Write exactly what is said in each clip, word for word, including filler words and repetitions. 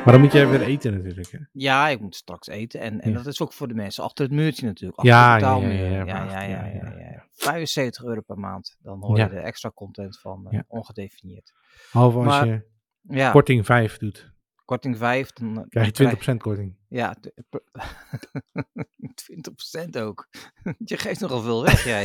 Maar dan moet jij weer eten natuurlijk, hè? Ja, ik moet straks eten. En, en Ja. dat is ook voor de mensen achter het muurtje natuurlijk. Achter Ja, de ja, ja, betaalmuur. ja, Ja, maar ja, achter- ja, ja, ja, ja. ja. vijfenzeventig euro per maand. Dan hoor je Ja. de extra content van eh, Ja. ongedefinieerd. Halve als Maar je ja, korting vijf doet, korting vijf. Dan, dan krijg je twintig procent korting. Ja, de- per- twintig procent ook. Je geeft nogal veel weg, jij.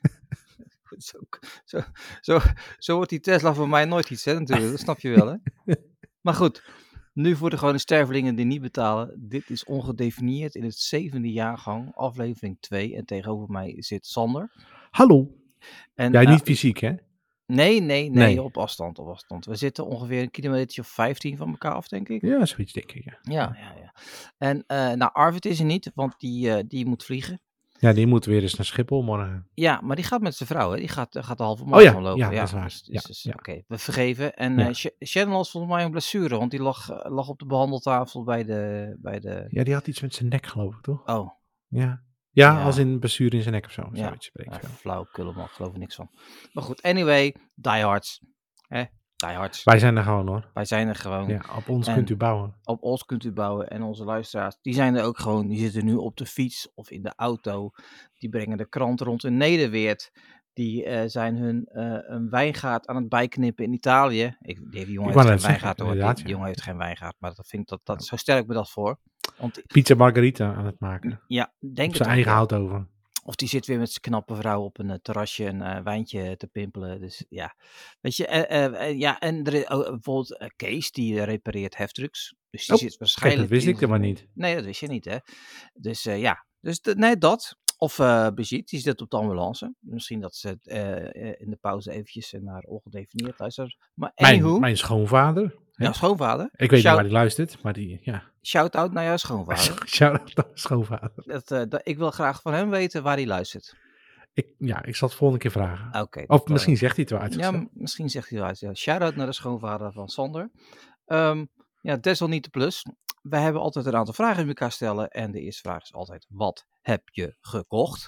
Zo, zo, zo, zo wordt die Tesla voor mij nooit iets, hè, natuurlijk. Dat snap je wel, hè? Maar goed, nu voor de gewone stervelingen die niet betalen. Dit is ongedefinieerd in het zevende jaargang, aflevering twee. En tegenover mij zit Sander. Hallo. En, Jij eh, niet fysiek, hè? Nee, nee, nee, Nee. op afstand, op afstand. We zitten ongeveer een kilometer of vijftien van elkaar af, denk ik. Ja, zoiets denk ik, ja. Ja, ja, ja. En eh nou, Arvid is er niet, want die, eh, die moet vliegen. Ja, die moet weer eens naar Schiphol morgen. Ja, maar die gaat met zijn vrouw, hè? Die gaat, eh, gaat de halve Oh marathon ja, lopen. ja, dat is waar. Dus, dus, Ja, dus, ja. oké, we vergeven. En Ja. eh, Sh- Shannon was volgens mij een blessure, want die lag, eh, lag op de behandeltafel bij de, bij de... Ja, die had iets met zijn nek, geloof ik, toch? Oh, Ja. Ja, Ja. als in blessure in zijn nek of zo. ja, Zoiets spreek ik ja veel. flauwekul man, geloof er niks van. Maar goed, anyway, diehards. Hè? Diehards. Wij zijn er gewoon, hoor. Wij zijn er gewoon. Ja, op ons En- kunt u bouwen. Op ons kunt u bouwen en onze luisteraars, die zijn er ook gewoon. Die zitten nu op de fiets of in de auto. Die brengen de krant rond in Nederweert. Die eh, zijn hun eh, een wijngaard aan het bijknippen in Italië. Ik, die jongen wou heeft geen net zeggen, wijngaard hoor. Die, inderdaad, die ja. jongen heeft geen wijngaard. Maar dat vind ik dat, dat zo stel ik me dat voor. Want Pizza Margarita aan het maken. ja, denk Op het zijn ook, eigen ja. houtoven. Of die zit weer met zijn knappe vrouw op een eh, terrasje een eh, wijntje te pimpelen. Dus ja, weet je, eh, eh, eh, ja, en er is, oh, bijvoorbeeld eh, Kees, die eh, repareert heftrucks. Dus die Oh, zit waarschijnlijk... Kijk, dat wist in ik er maar zijn- niet. Nee, dat wist je niet, hè. Dus eh, ja, dus de- nee, dat. Of eh Brigitte, die zit op de ambulance. Misschien dat ze eh, eh, in de pauze eventjes eh, naar ongedefinieerd luistert. Maar anywho, Mijn, mijn schoonvader. Hè? jouw schoonvader. Ik weet niet Shout- waar hij luistert, maar die, ja. Shout-out naar jouw schoonvader. Shout-out naar mijn schoonvader. Dat, eh, dat, ik wil graag van hem weten waar hij luistert. Ik, ja, ik zal het volgende keer vragen. Oké. Of dat, misschien eh, zegt hij het wel Ja, uitgesteld. m- misschien zegt hij wel uit. Ja. Shout-out naar de schoonvader van Sander. Ehm ja, desalniettemin plus. We hebben altijd een aantal vragen in elkaar stellen. En de eerste vraag is altijd, wat heb je gekocht?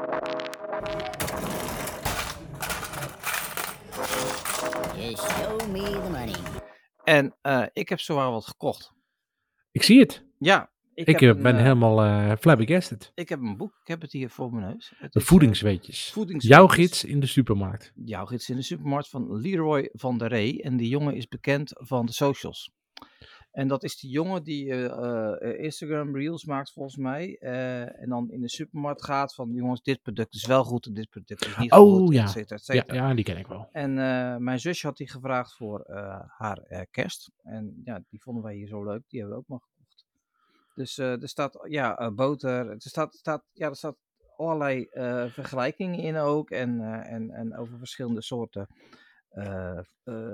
Just show me the money. En eh, ik heb zowaar wat gekocht. Ik zie het. Ja, ik, Ik, heb eh, een, ben eh, helemaal eh flabbergasted. ik heb een boek. Ik heb het hier voor mijn neus. Het De is, eh, voedingsweetjes. voedingsweetjes. Jouw gids in de supermarkt. Jouw gids in de supermarkt van Leroy van der Rey. En die jongen is bekend van de socials. En dat is die jongen die eh, eh, Instagram Reels maakt volgens mij. eh, en dan in de supermarkt gaat van jongens, dit product is wel goed en dit product is niet Oh, goed. ja. Et cetera, et Ja, cetera. ja, die ken ik wel. En eh, mijn zusje had die gevraagd voor eh, haar eh, kerst. En ja, die vonden wij hier zo leuk. Die hebben we ook maar gekocht. Dus eh, er staat ja, eh, boter. Er staat, staat, ja, er staat allerlei eh, vergelijkingen in ook. En, eh, en, en over verschillende soorten eh, eh,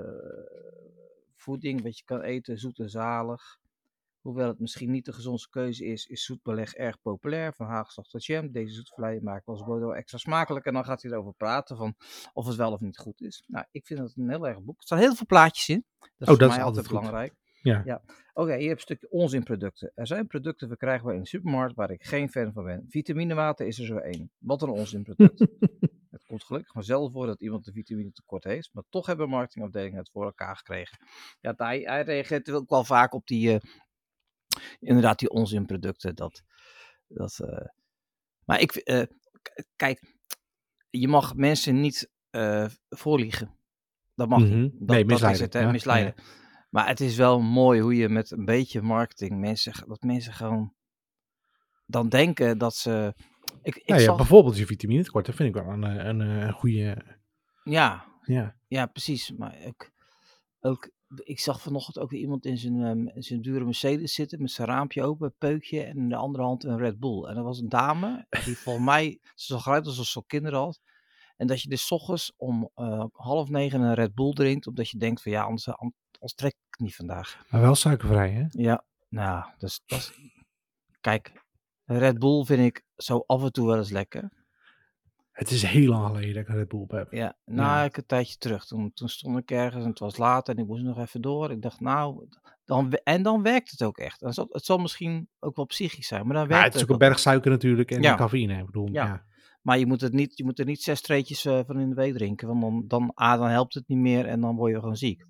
voeding. Wat je kan eten, zoet en zalig. Hoewel het misschien niet de gezondste keuze is, is zoetbeleg erg populair. Van Haagslag tot jam. Deze zoetvlei maakt als boter extra smakelijk. En dan gaat hij erover praten van of het wel of niet goed is. Nou, ik vind het een heel erg boek. Er staan heel veel plaatjes in. Dat is Oh, voor dat mij is altijd altijd goed. belangrijk. Ja. Ja. Oké, hier heb je een stukje onzinproducten. Er zijn producten verkrijgbaar in de supermarkt waar ik geen fan van ben. Vitaminewater is er zo één. Wat een onzinproduct. Het komt gelukkig vanzelf voor dat iemand een vitamine tekort heeft. Maar toch hebben marketingafdelingen het voor elkaar gekregen. Ja, hij, hij reageert ook wel vaak op die... eh, inderdaad, die onzinproducten. Dat, dat, eh, maar ik... eh, k- kijk, je mag mensen niet eh, voorliegen. Dat mag Mhm. niet. Dat, Nee, dat is misleiden, het, hè, ja, misleiden. Maar het is wel mooi hoe je met een beetje marketing mensen, dat mensen gewoon dan denken dat ze... Ik, ik Nou ja, zag, bijvoorbeeld je vitamine tekort. Dat vind ik wel een, eh, een, een goede... ja, Ja. ja, precies. Maar ook, ook, ik zag vanochtend ook weer iemand in zijn, ehm, in zijn dure Mercedes zitten met zijn raampje open, een peukje en in de andere hand een Red Bull. En dat was een dame die volgens mij, ze zag eruit alsof ze kinderen had. En dat je dus 's ochtends om eh, half negen een Red Bull drinkt, omdat je denkt van ja, anders, anders trek ik het niet vandaag. Maar wel suikervrij, hè? Ja, nou, dus, dat is... Kijk, Red Bull vind ik zo af en toe wel eens lekker. Het is heel lang geleden dat ik een Red Bull op heb. Ja, nou, Ja. ik een tijdje terug. Toen, toen stond ik ergens en het was laat en ik moest nog even door. Ik dacht, nou, dan, we- en dan werkt het ook echt. Dan zal, het zal misschien ook wel psychisch zijn, maar dan Ja, werkt het is ook ook een berg suiker natuurlijk en Ja. cafeïne. Ik bedoel, Ja. ja. Maar je moet, het niet, je moet er niet zes treetjes eh, van in de week drinken, want dan, dan, A, dan helpt het niet meer en dan word je gewoon ziek.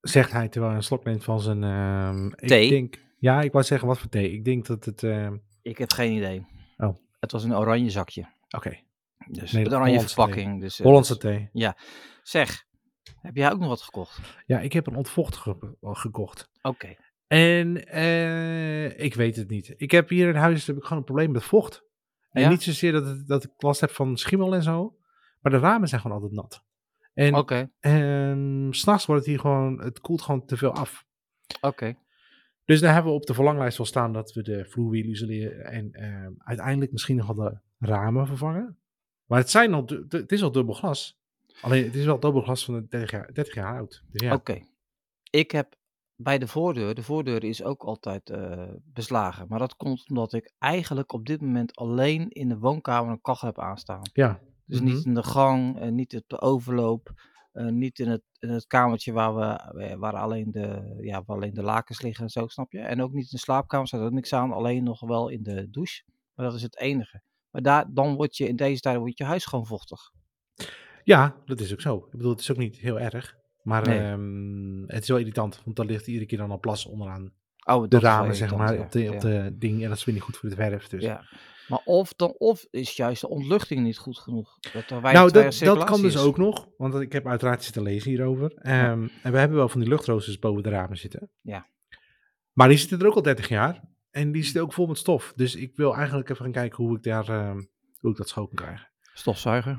Zegt hij terwijl hij een slok neemt van zijn... ehm, ik Thee? denk... Ja, ik wou zeggen, wat voor thee? Ik denk dat het... ehm, Ik heb geen idee. Oh. Het was een oranje zakje. Oké. Dus Nee, met een oranje Hollandse verpakking. Dus, uh, Hollandse dus, thee. ja. Zeg, heb jij ook nog wat gekocht? Ja, ik heb een ontvochtiger ge- gekocht. Oké. Okay. En uh, ik weet het niet. Ik heb hier in huis heb ik gewoon een probleem met vocht. En ja? niet zozeer dat, het, dat ik last heb van schimmel en zo. Maar de ramen zijn gewoon altijd nat. En okay. um, 's nachts wordt het hier gewoon, het koelt gewoon te veel af. Oké. Okay. Dus daar hebben we op de verlanglijst wel staan dat we de vloerwiel isoleren. En uh, uiteindelijk misschien nog wel de ramen vervangen. Maar het, zijn al, het is al dubbel glas. Alleen het is wel dubbel glas van dertig jaar, dertig jaar oud. Dus ja. Oké. Okay. Ik heb bij de voordeur, de voordeur is ook altijd uh, beslagen. Maar dat komt omdat ik eigenlijk op dit moment alleen in de woonkamer een kachel heb aanstaan. Ja. Dus mm-hmm. niet in de gang, uh, niet op de overloop, uh, niet in het, in het kamertje waar, we, waar, alleen de, ja, waar alleen de lakens liggen en zo, snap je? En ook niet in de slaapkamer, staat ook niks aan, alleen nog wel in de douche. Maar dat is het enige. Maar daar, dan word je in deze tijd wordt je huis gewoon vochtig. Ja, dat is ook zo. Ik bedoel, het is ook niet heel erg. Maar nee. um, het is wel irritant, want dan ligt iedere keer dan al plas onderaan oh, de ramen, zeg maar, ja. op, de, op ja. de ding. En dat is weer niet goed voor het verf. Dus. Ja. Maar of, dan, of is juist de ontluchting niet goed genoeg? Dat er nou, dat, dat kan dus is. ook nog, want ik heb uiteraard zitten lezen hierover. Um, ja. En we hebben wel van die luchtroosters boven de ramen zitten. Ja. Maar die zitten er ook al dertig jaar. En die zitten ook vol met stof. Dus ik wil eigenlijk even gaan kijken hoe ik, daar, um, hoe ik dat schoon kan krijgen. Stofzuiger?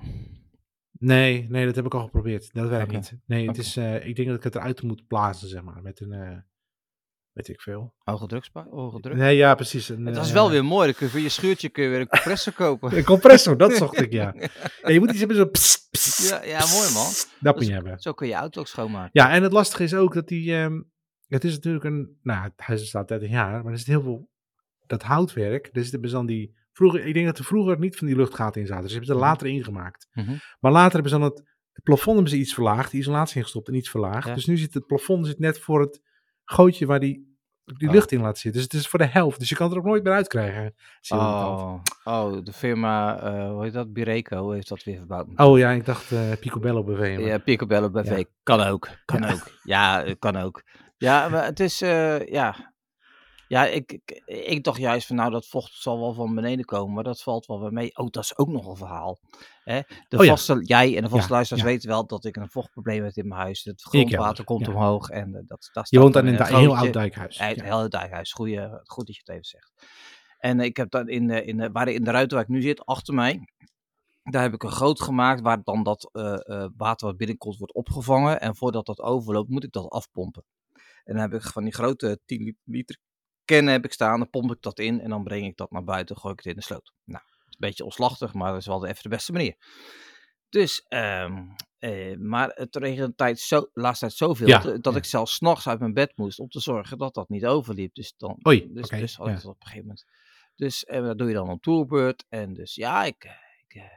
Nee, nee, dat heb ik al geprobeerd. Dat werkt okay. niet. Nee, okay. het is, uh, ik denk dat ik het eruit moet blazen, zeg maar, met een, uh, weet ik veel. Hoge drukspa- hoge druk? Nee, ja, precies. Een, het was uh, wel weer mooi. Dan kun je voor je schuurtje kun je weer een compressor kopen. Een compressor, dat zocht ik, ja. ja. Je moet iets hebben zo... Pss, pss, ja, ja, mooi man. Dat moet je hebben. Zo kun je auto ook schoonmaken. Ja, en het lastige is ook dat die... Um, het is natuurlijk een... Nou, het huis staat dertig jaar, maar er zit heel veel... Dat houtwerk, er zitten dus dan die... Vroeger, ik denk dat er vroeger niet van die luchtgaten in zaten. Dus ze hebben ze er later ingemaakt. Mm-hmm. Maar later hebben ze dan het... Het plafond hebben ze iets verlaagd, de isolatie ingestopt en iets verlaagd. Ja. Dus nu zit het plafond zit net voor het gootje waar die, die oh. lucht in laat zitten. Dus het is voor de helft. Dus je kan het er ook nooit meer uitkrijgen. Oh, oh, de firma, uh, hoe heet dat? Bireco heeft dat weer verbouwd. Oh ja, ik dacht uh, Picobello B V. Maar... Ja, Picobello B V. Ja. Kan ook. Kan ja. ook. Ja, kan ook. Ja, maar het is, uh, ja... Ja, ik, ik, ik dacht juist van nou, dat vocht zal wel van beneden komen, maar dat valt wel weer mee. Oh, dat is ook nog een verhaal. Hè? De oh, vaste, ja. Jij en de vaste ja, luisteraars ja. weten wel dat ik een vochtprobleem heb in mijn huis. Het grondwater komt ja. omhoog en uh, dat, dat Je woont dan in een, een heel oud dijkhuis. Een ja. heel oud dijkhuis, Goeie, goed dat je het even zegt. En uh, ik heb dan in, uh, in, uh, waar in de ruimte waar ik nu zit, achter mij, daar heb ik een goot gemaakt waar dan dat uh, uh, water wat binnenkomt wordt opgevangen. En voordat dat overloopt, moet ik dat afpompen. En dan heb ik van die grote tien liter kennen heb ik staan, dan pomp ik dat in en dan breng ik dat naar buiten, gooi ik het in de sloot. Nou, het is een beetje onslachtig, maar dat is wel even de beste manier. Dus, um, eh, maar het regende de tijd zo, de laatste tijd zoveel, ja, dat, dat ja. ik zelfs 's nachts uit mijn bed moest om te zorgen dat dat niet overliep. Dus dan, Oei, dus, okay, dus had ik ja. het op een gegeven moment. Dus en dat doe je dan een tourbeurt en dus ja, ik, ik eh,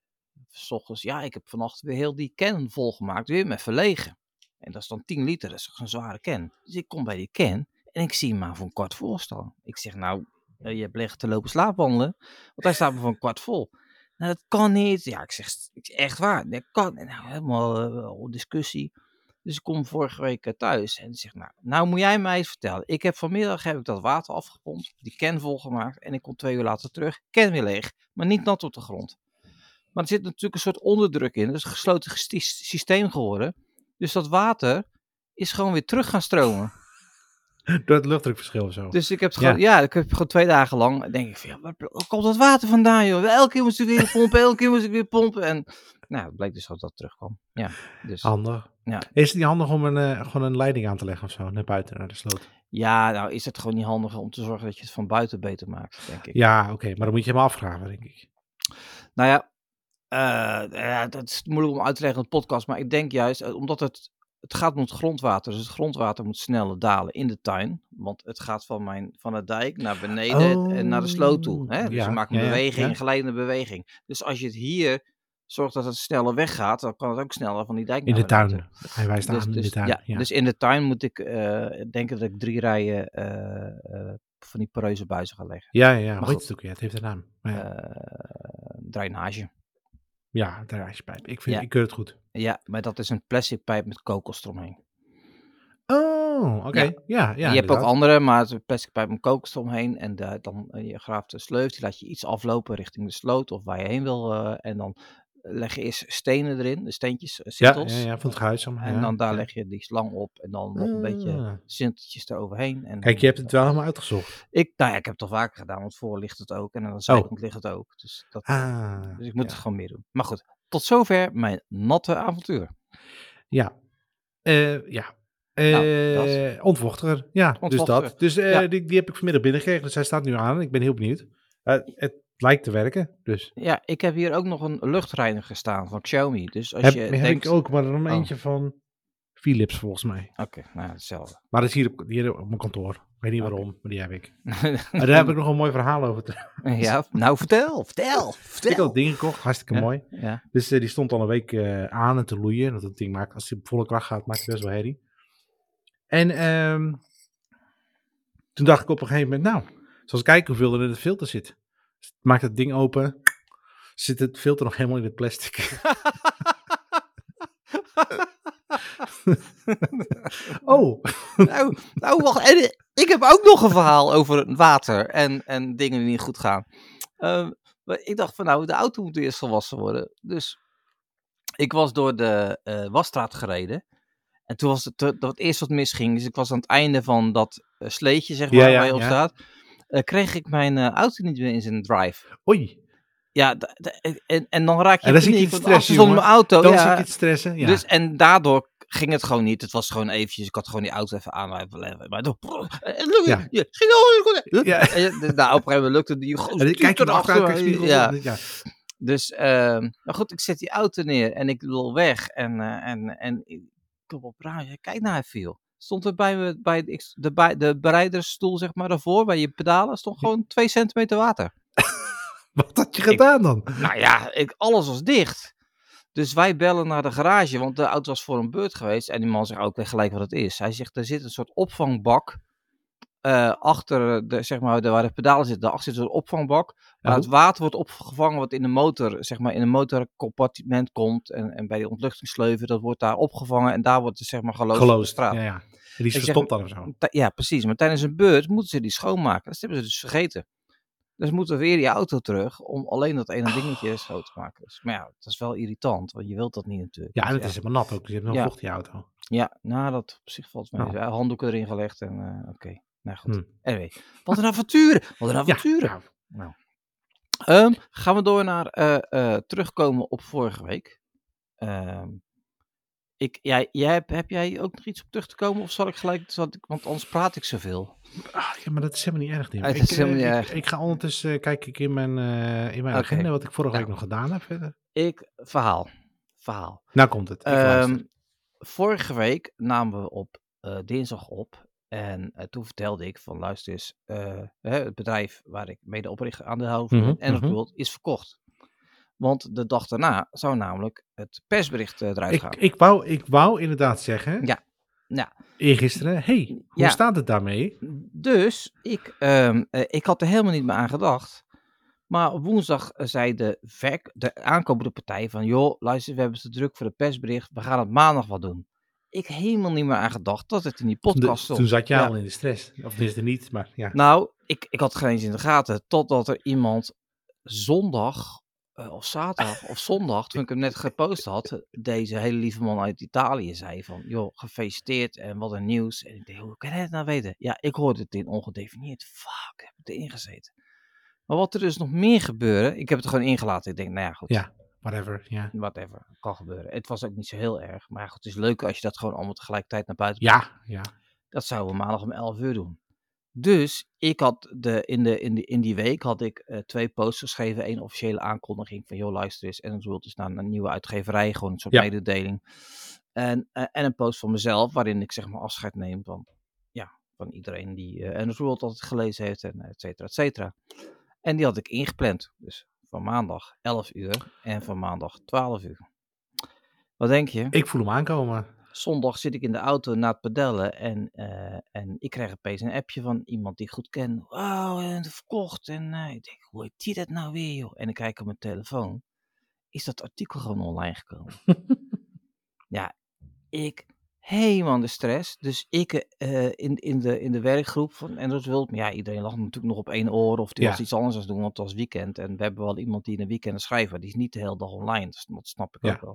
's ochtends, ja, ik heb vannacht weer heel die can volgemaakt, weer met verlegen. En dat is dan tien liter, dat is een zware can. Dus ik kom bij die can. En ik zie hem maar voor een kwart vol staan. Ik zeg, nou, je hebt liggen te lopen slaapwandelen. Want hij staat me voor een kwart vol. Nou, dat kan niet. Ja, ik zeg, ik zeg echt waar. Dat kan. En nou, helemaal uh, discussie. Dus ik kom vorige week uh, thuis. En ik zeg, nou, nou moet jij mij eens vertellen. Ik heb vanmiddag heb ik dat water afgepompt. Die can volgemaakt. En ik kom twee uur later terug. Can weer leeg. Maar niet nat op de grond. Maar er zit natuurlijk een soort onderdruk in. Dat is een gesloten systeem geworden. Dus dat water is gewoon weer terug gaan stromen. Door het luchtdrukverschil of zo. Dus ik heb het gewoon, ja. ja, ik heb gewoon twee dagen lang, denk ik van, ja, waar komt dat water vandaan, joh? Elke keer moest ik weer pompen, elke keer moest ik weer pompen. En nou, het bleek dus dat dat terugkwam. Ja, dus. Handig. Ja. Is het niet handig om een, uh, gewoon een leiding aan te leggen of zo, naar buiten, naar de sloot? Ja, nou is het gewoon niet handig om te zorgen dat je het van buiten beter maakt, denk ik. Ja, oké, okay, maar dan moet je hem afgraven, denk ik. Nou ja, uh, uh, dat is moeilijk om uit te leggen in de podcast, maar ik denk juist, uh, omdat het Het gaat om het grondwater, dus het grondwater moet sneller dalen in de tuin. Want het gaat van, mijn, van de dijk naar beneden oh, en naar de sloot toe. Hè? Dus ja, je maakt een ja, beweging, ja. een geleidende beweging. Dus als je het hier zorgt dat het sneller weggaat, dan kan het ook sneller van die dijk in naar beneden. In de tuin. Hij wijst dus, aan in dus, de tuin. Ja, ja. Dus in de tuin moet ik uh, denken dat ik drie rijen uh, uh, van die poreuze buizen ga leggen. Ja, ja, hoe heet het ook? Ja, het heeft een naam. Ja. Uh, drainage. Ja, drainagepijp. Ik vind, ja. ik keur het goed. Ja, maar dat is een plastic pijp met kokos eromheen. Oh, oké. Ja. Ja, ja, je hebt ook inderdaad. andere, maar het is een plastic pijp met kokos omheen. En de, dan eh, je graaft de sleuf, die laat je iets aflopen richting de sloot of waar je heen wil. eh, en dan leg je eerst stenen erin, de steentjes, eh, Ja, ja, sintels. ja, van het huis. En Ja, dan daar ja. leg je die slang op en dan nog een beetje Ah. sinteltjes eroverheen. En Kijk, dan, je hebt het wel helemaal uitgezocht. ik, nou ja, ik heb het toch vaker gedaan, want voor ligt het ook en aan de Oh. zijkant ligt het ook. Dus, dat, eh, Ah, dus ik moet ja. het gewoon meer doen. Maar goed, tot zover mijn natte avontuur. Ja. Eh, ja. Nou, dat. Eh, ontvochtiger. Ja, dus Ontvochtiger. dat. Dus eh, Ja. die, die heb ik vanmiddag binnengekregen. Dus hij staat nu aan. Ik ben heel benieuwd. Eh, het lijkt te werken. Dus Ja, ik heb hier ook nog een luchtreiniger staan van Xiaomi. Dus als heb, je heb denkt... ik ook, maar dan Oh. eentje van Philips volgens mij. Oké, nou ja, hetzelfde. Maar dat is hier op, hier op mijn kantoor. Ik weet niet Oké. waarom, maar die heb ik. Maar daar heb ik nog een mooi verhaal over. te- Ja, nou vertel, vertel, Ik had vertel. het ding gekocht, hartstikke Ja. mooi. Ja. Dus eh, die stond al een week eh, aan en te loeien. Dat het ding maakt, als hij op volle kracht gaat, maakt hij best wel herrie. En ehm, toen dacht ik op een gegeven moment, nou, zal eens kijken hoeveel er in het filter zit. Dus maak het ding open, zit het filter nog helemaal in het plastic. Oh, Nou, nou wacht, en, eh, ik heb ook nog een verhaal over water en, en dingen die niet goed gaan. Ehm, maar ik dacht van nou, de auto moet eerst gewassen worden. Dus ik was door de eh, wasstraat gereden. En toen was het, te- dat het eerst wat misging. Dus ik was aan het einde van dat eh, sleetje, zeg maar, Ja, ja, waar je op ja. staat. eh, kreeg ik mijn eh, auto niet meer in zijn drive. oei. Ja, d- d- en, en dan raak je En dan zit je paniek, te want stressen, achter stond jongen. mijn auto. Dan ja. zit je te stressen. Ja. Dus, en daardoor ging het gewoon niet. Het was gewoon eventjes, ik had gewoon die auto even aan. Maar toch, en lukt Ja. het. Ja, schiet nou, Ja. En, dus, nou, op een gegeven moment lukte die En gozer dan kijk je erachter. achteruit, kijk spiegel. Ja. Ja. Dus, ehm nou goed, ik zet die auto neer en ik wil weg. En, eh, en, en ik kom op radio, kijk naar hij viel. Stond er bij, me, bij de, de, bij de bereidersstoel, zeg maar, daarvoor, bij je pedalen, stond gewoon twee centimeter water. Wat had je gedaan dan? Nou ja, ik, alles was dicht. Dus wij bellen naar de garage, want de auto was voor een beurt geweest. En die man zegt ook gelijk wat het is. Hij zegt, er zit een soort opvangbak eh, achter, de, zeg maar, de, waar de pedalen zitten. Daarachter zit een opvangbak, waar Oh. het water wordt opgevangen wat in de motor, zeg maar, in een motorcompartiment komt. En, en bij de ontluchtingssleuven, dat wordt daar opgevangen. En daar wordt het, zeg maar, geloosd op de Geloosd. straat. Ja, ja. En die is Ik zeg, verstopt dan of zo. Ti- Ja, precies. Maar tijdens een beurt moeten ze die schoonmaken. Dat hebben ze dus vergeten. Dus moeten we weer die auto terug om alleen dat ene dingetje schoon te maken. Dus, maar ja, dat is wel irritant, want je wilt dat niet natuurlijk. Ja, en Want het is helemaal nat ook. Dus je hebt nog Ja. vocht in je auto. Ja, nou dat op zich valt mee. Nou. Ja, handdoeken erin gelegd en eh, oké. Nou goed. Hm. Anyway, wat een avonturen. Wat een Ja, avonturen. nou, nou. Ehm, gaan we door naar eh, eh, terugkomen op vorige week. Ehm, ik, jij, jij, heb, heb jij ook nog iets op terug te komen? Of zal ik gelijk, zal ik, want anders praat ik zoveel. Ah, ja, maar dat is helemaal niet erg. Dim. Het Ik, is helemaal eh, niet ik, erg. ik ga ondertussen, eh, kijk ik in mijn, eh, in mijn Oké. agenda wat ik vorige week Nou. nog gedaan heb verder. Ik, verhaal. Verhaal. Nou komt het. Ik Ehm, luister. vorige week namen we op eh, dinsdag op. En eh, toen vertelde ik van luister eens, eh, hè, het bedrijf waar ik medeoprichter aandeelhouder van ben, Mhm, Android mhm. World, is verkocht. Want de dag daarna zou namelijk het persbericht eh, eruit Ik, gaan. ik, wou, ik wou inderdaad zeggen, Ja. Ja. eergisteren, hey, hoe Ja. staat het daarmee? Dus ik, ehm, eh, ik had er helemaal niet meer aan gedacht. Maar op woensdag eh, zei de, verk- de aankopende partij van... joh, luister, we hebben het te druk voor het persbericht. We gaan het maandag wat doen. Ik helemaal niet meer aan gedacht dat het in die Toen, podcast de- stond. toen zat je Ja. al in de stress. Of is het niet, maar ja. Nou, ik, ik had het geen eens in de gaten. Totdat er iemand zondag eh, of zaterdag of zondag, toen ik hem net gepost had, deze hele lieve man uit Italië zei van, joh, gefeliciteerd en wat een nieuws. En ik dacht, hoe kan hij het nou weten? Ja, ik hoorde het in ongedefinieerd. Fuck, heb ik erin gezeten. Maar wat er dus nog meer gebeurde, ik heb het er gewoon ingelaten. Ik denk, nou ja, goed. Ja, whatever. Ja, Whatever, kan gebeuren. Het was ook niet zo heel erg. Maar ja, goed, het is leuk als je dat gewoon allemaal tegelijkertijd naar buiten ja. ja. dat zouden we maandag om elf uur doen. Dus ik had de, in, de, in, die, in die week had ik uh, twee posts geschreven. Eén officiële aankondiging van, joh, luister eens. En het wordt dus naar een nieuwe uitgeverij. Gewoon een soort Ja. mededeling. En, uh, en een post van mezelf, waarin ik zeg maar afscheid neem van, ja, van iedereen die uh, en het World altijd gelezen heeft. En et cetera, et cetera. En die had ik ingepland. Dus van maandag elf uur en van maandag twaalf uur. Wat denk je? Ik voel hem aankomen. Zondag zit ik in de auto na het pedellen en, uh, en ik krijg opeens een appje van iemand die ik goed ken. Wauw, en verkocht. En uh, ik denk, hoe heet die dat nou weer, joh? En ik kijk op mijn telefoon. Is dat artikel gewoon online gekomen? Ja, ik helemaal de stress. Dus ik eh, in, in, de, in de werkgroep van Android World, ja, iedereen lag natuurlijk nog op één oor of die Ja. was iets anders aan het doen, want het was weekend. En we hebben wel iemand die in een weekend een schrijver, die is niet de hele dag online, dus dat snap ik Ja. ook wel.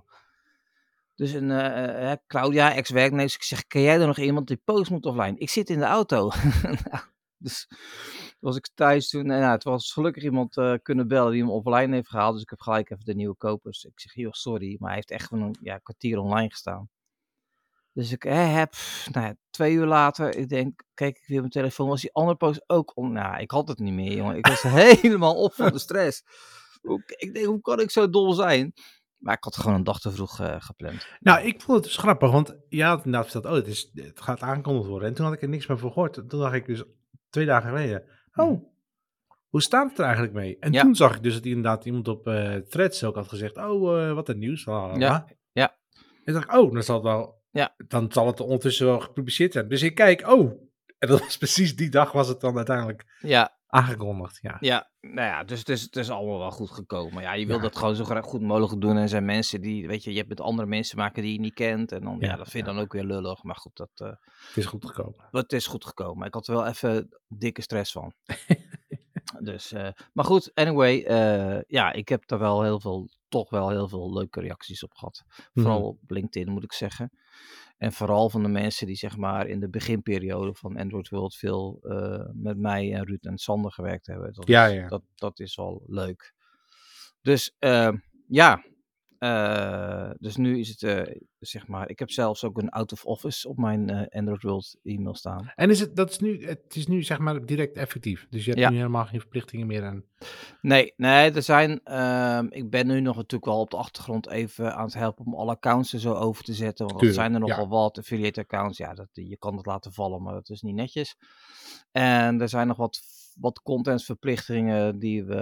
Dus een uh, uh, Claudia, ex-werknemer, ik zeg, ken jij er nog iemand die post moet offline? Ik zit in de auto. Nou, dus was ik thuis toen, en nou, het was gelukkig iemand uh, kunnen bellen die hem offline heeft gehaald. Dus ik heb gelijk even de nieuwe kopers. Ik zeg, joh, sorry, maar hij heeft echt gewoon een ja, kwartier online gestaan. Dus ik eh, heb, nou ja, twee uur later, ik denk, kijk ik weer op mijn telefoon, was die andere post ook on. Nou, ik had het niet meer, jongen. Ik was helemaal op van de stress. Ik denk, hoe kan ik zo dom zijn? Maar ik had gewoon een dag te vroeg uh, gepland. Nou, ik vond het dus grappig, want je had inderdaad verteld, oh, het, is, het gaat aangekondigd worden. En toen had ik er niks meer voor gehoord. Toen dacht ik dus twee dagen geleden, oh, mm. hoe staat het er eigenlijk mee? En ja. toen zag ik dus dat inderdaad iemand op uh, Threads ook had gezegd, oh, uh, wat een nieuws. Lalala. Ja, ja. En dacht ik, oh, dan zal het wel, ja. dan zal het ondertussen wel gepubliceerd zijn. Dus ik kijk, oh, en dat was precies die dag was het dan uiteindelijk ja. aangekondigd. Ja, ja, nou ja, dus het is, het is allemaal wel goed gekomen. Ja, je wil ja. dat gewoon zo goed mogelijk doen. En er zijn mensen die, weet je, je hebt met andere mensen maken die je niet kent. En dan, ja, ja dat vind je ja. dan ook weer lullig. Maar goed, dat... Uh, het is goed gekomen. Het is goed gekomen. Ik had er wel even dikke stress van. dus, uh, maar goed, anyway, uh, ja, ik heb daar wel heel veel, toch wel heel veel leuke reacties op gehad. Vooral mm-hmm. op LinkedIn, moet ik zeggen. En vooral van de mensen die zeg maar in de beginperiode van Android World veel uh, met mij en Ruud en Sander gewerkt hebben. Dat, ja, is, ja. Dat, dat is wel leuk. Dus uh, ja, uh, dus nu is het uh, zeg maar, ik heb zelfs ook een out of office op mijn uh, Android World e-mail staan. En is het, dat is nu, het is nu zeg maar direct effectief, dus je hebt ja. nu helemaal geen verplichtingen meer aan... Nee, nee, er zijn, uh, ik ben nu nog natuurlijk wel op de achtergrond even aan het helpen om alle accounts er zo over te zetten, want er zijn er nogal ja. wat affiliate accounts, ja, dat, je kan het laten vallen, maar dat is niet netjes. En er zijn nog wat, wat contentsverplichtingen die we...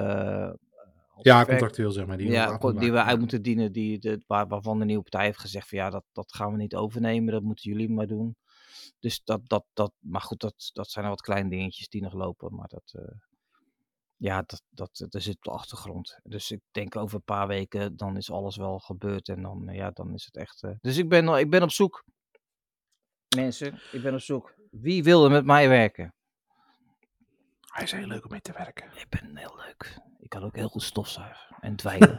Ja, werk, contractueel zeg maar. Die, ja, we, die we uit moeten dienen, die, de, waar, waarvan de nieuwe partij heeft gezegd van ja, dat, dat gaan we niet overnemen, dat moeten jullie maar doen. Dus dat, dat, dat maar goed, dat, dat zijn wat kleine dingetjes die nog lopen, maar dat, uh, ja, dat, dat, dat zit op de achtergrond. Dus ik denk over een paar weken, dan is alles wel gebeurd en dan, ja, dan is het echt... Uh, dus ik ben, ik ben op zoek, mensen, ik ben op zoek. Wie wil er met mij werken? Hij is heel leuk om mee te werken. Ik ben heel leuk. Ik kan ook heel goed stofzuigen en dweilen.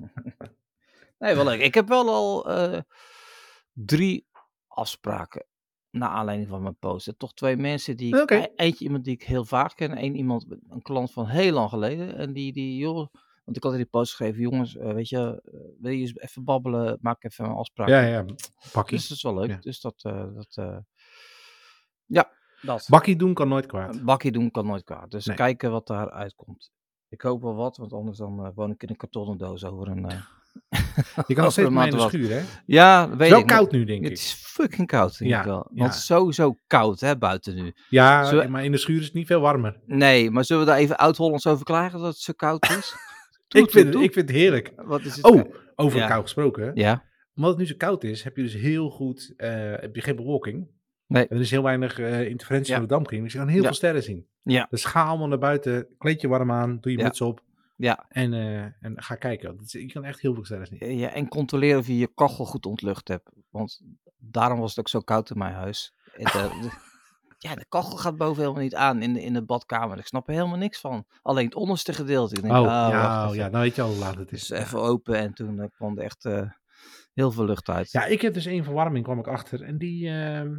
Nee, wel leuk. Ik heb wel al uh, drie afspraken naar aanleiding van mijn post. Toch twee mensen die... Okay. Ik, eentje iemand die ik heel vaak ken. Eén iemand, een klant van heel lang geleden. En die, die joh... Want ik had in die post geschreven, jongens, uh, weet je, uh, wil je eens even babbelen? Maak even een afspraak. Ja, ja, bakkie. Dus dat is wel leuk. Ja. Dus dat... Uh, dat uh, ja, dat. Bakkie doen kan nooit kwaad. Bakkie doen kan nooit kwaad. Dus nee. kijken wat daaruit komt. Ik hoop wel wat, want anders dan uh, woon ik in een kartonnen doos over een... Uh, je kan nog steeds mee in de schuur, hè? Ja, weet het is wel ik. koud nu, denk het ik. Het is fucking koud, denk ja, ik wel. Want ja. het is sowieso koud, hè, buiten nu. Ja, we... maar in de schuur is het niet veel warmer. Nee, maar zullen we daar even oud-Hollands over klagen dat het zo koud is? Doe, ik, vind het, ik vind het heerlijk. Wat is het oh, koud? over ja. kou gesproken. Ja. Omdat het nu zo koud is, heb je dus heel goed... Uh, heb je geen bewolking. Nee. Er is heel weinig uh, interferentie ja. van de dampkring. Dus je kan heel ja. veel sterren zien. Ja. Dus ga allemaal naar buiten, kleed je warm aan, doe je ja. muts op. Ja. En, uh, en ga kijken. Je kan echt heel veel sterren zien. Ja, en controleer of je je kachel goed ontlucht hebt. Want daarom was het ook zo koud in mijn huis. De, de, ja, de kachel gaat boven helemaal niet aan in de, in de badkamer. Ik snap er helemaal niks van. Alleen het onderste gedeelte. Ik denk, oh, oh, ja, oh ja, nou weet je al hoe laat het is. Dus even open en toen uh, kwam er echt uh, heel veel lucht uit. Ja, ik heb dus één verwarming, kwam ik achter. En die... Uh,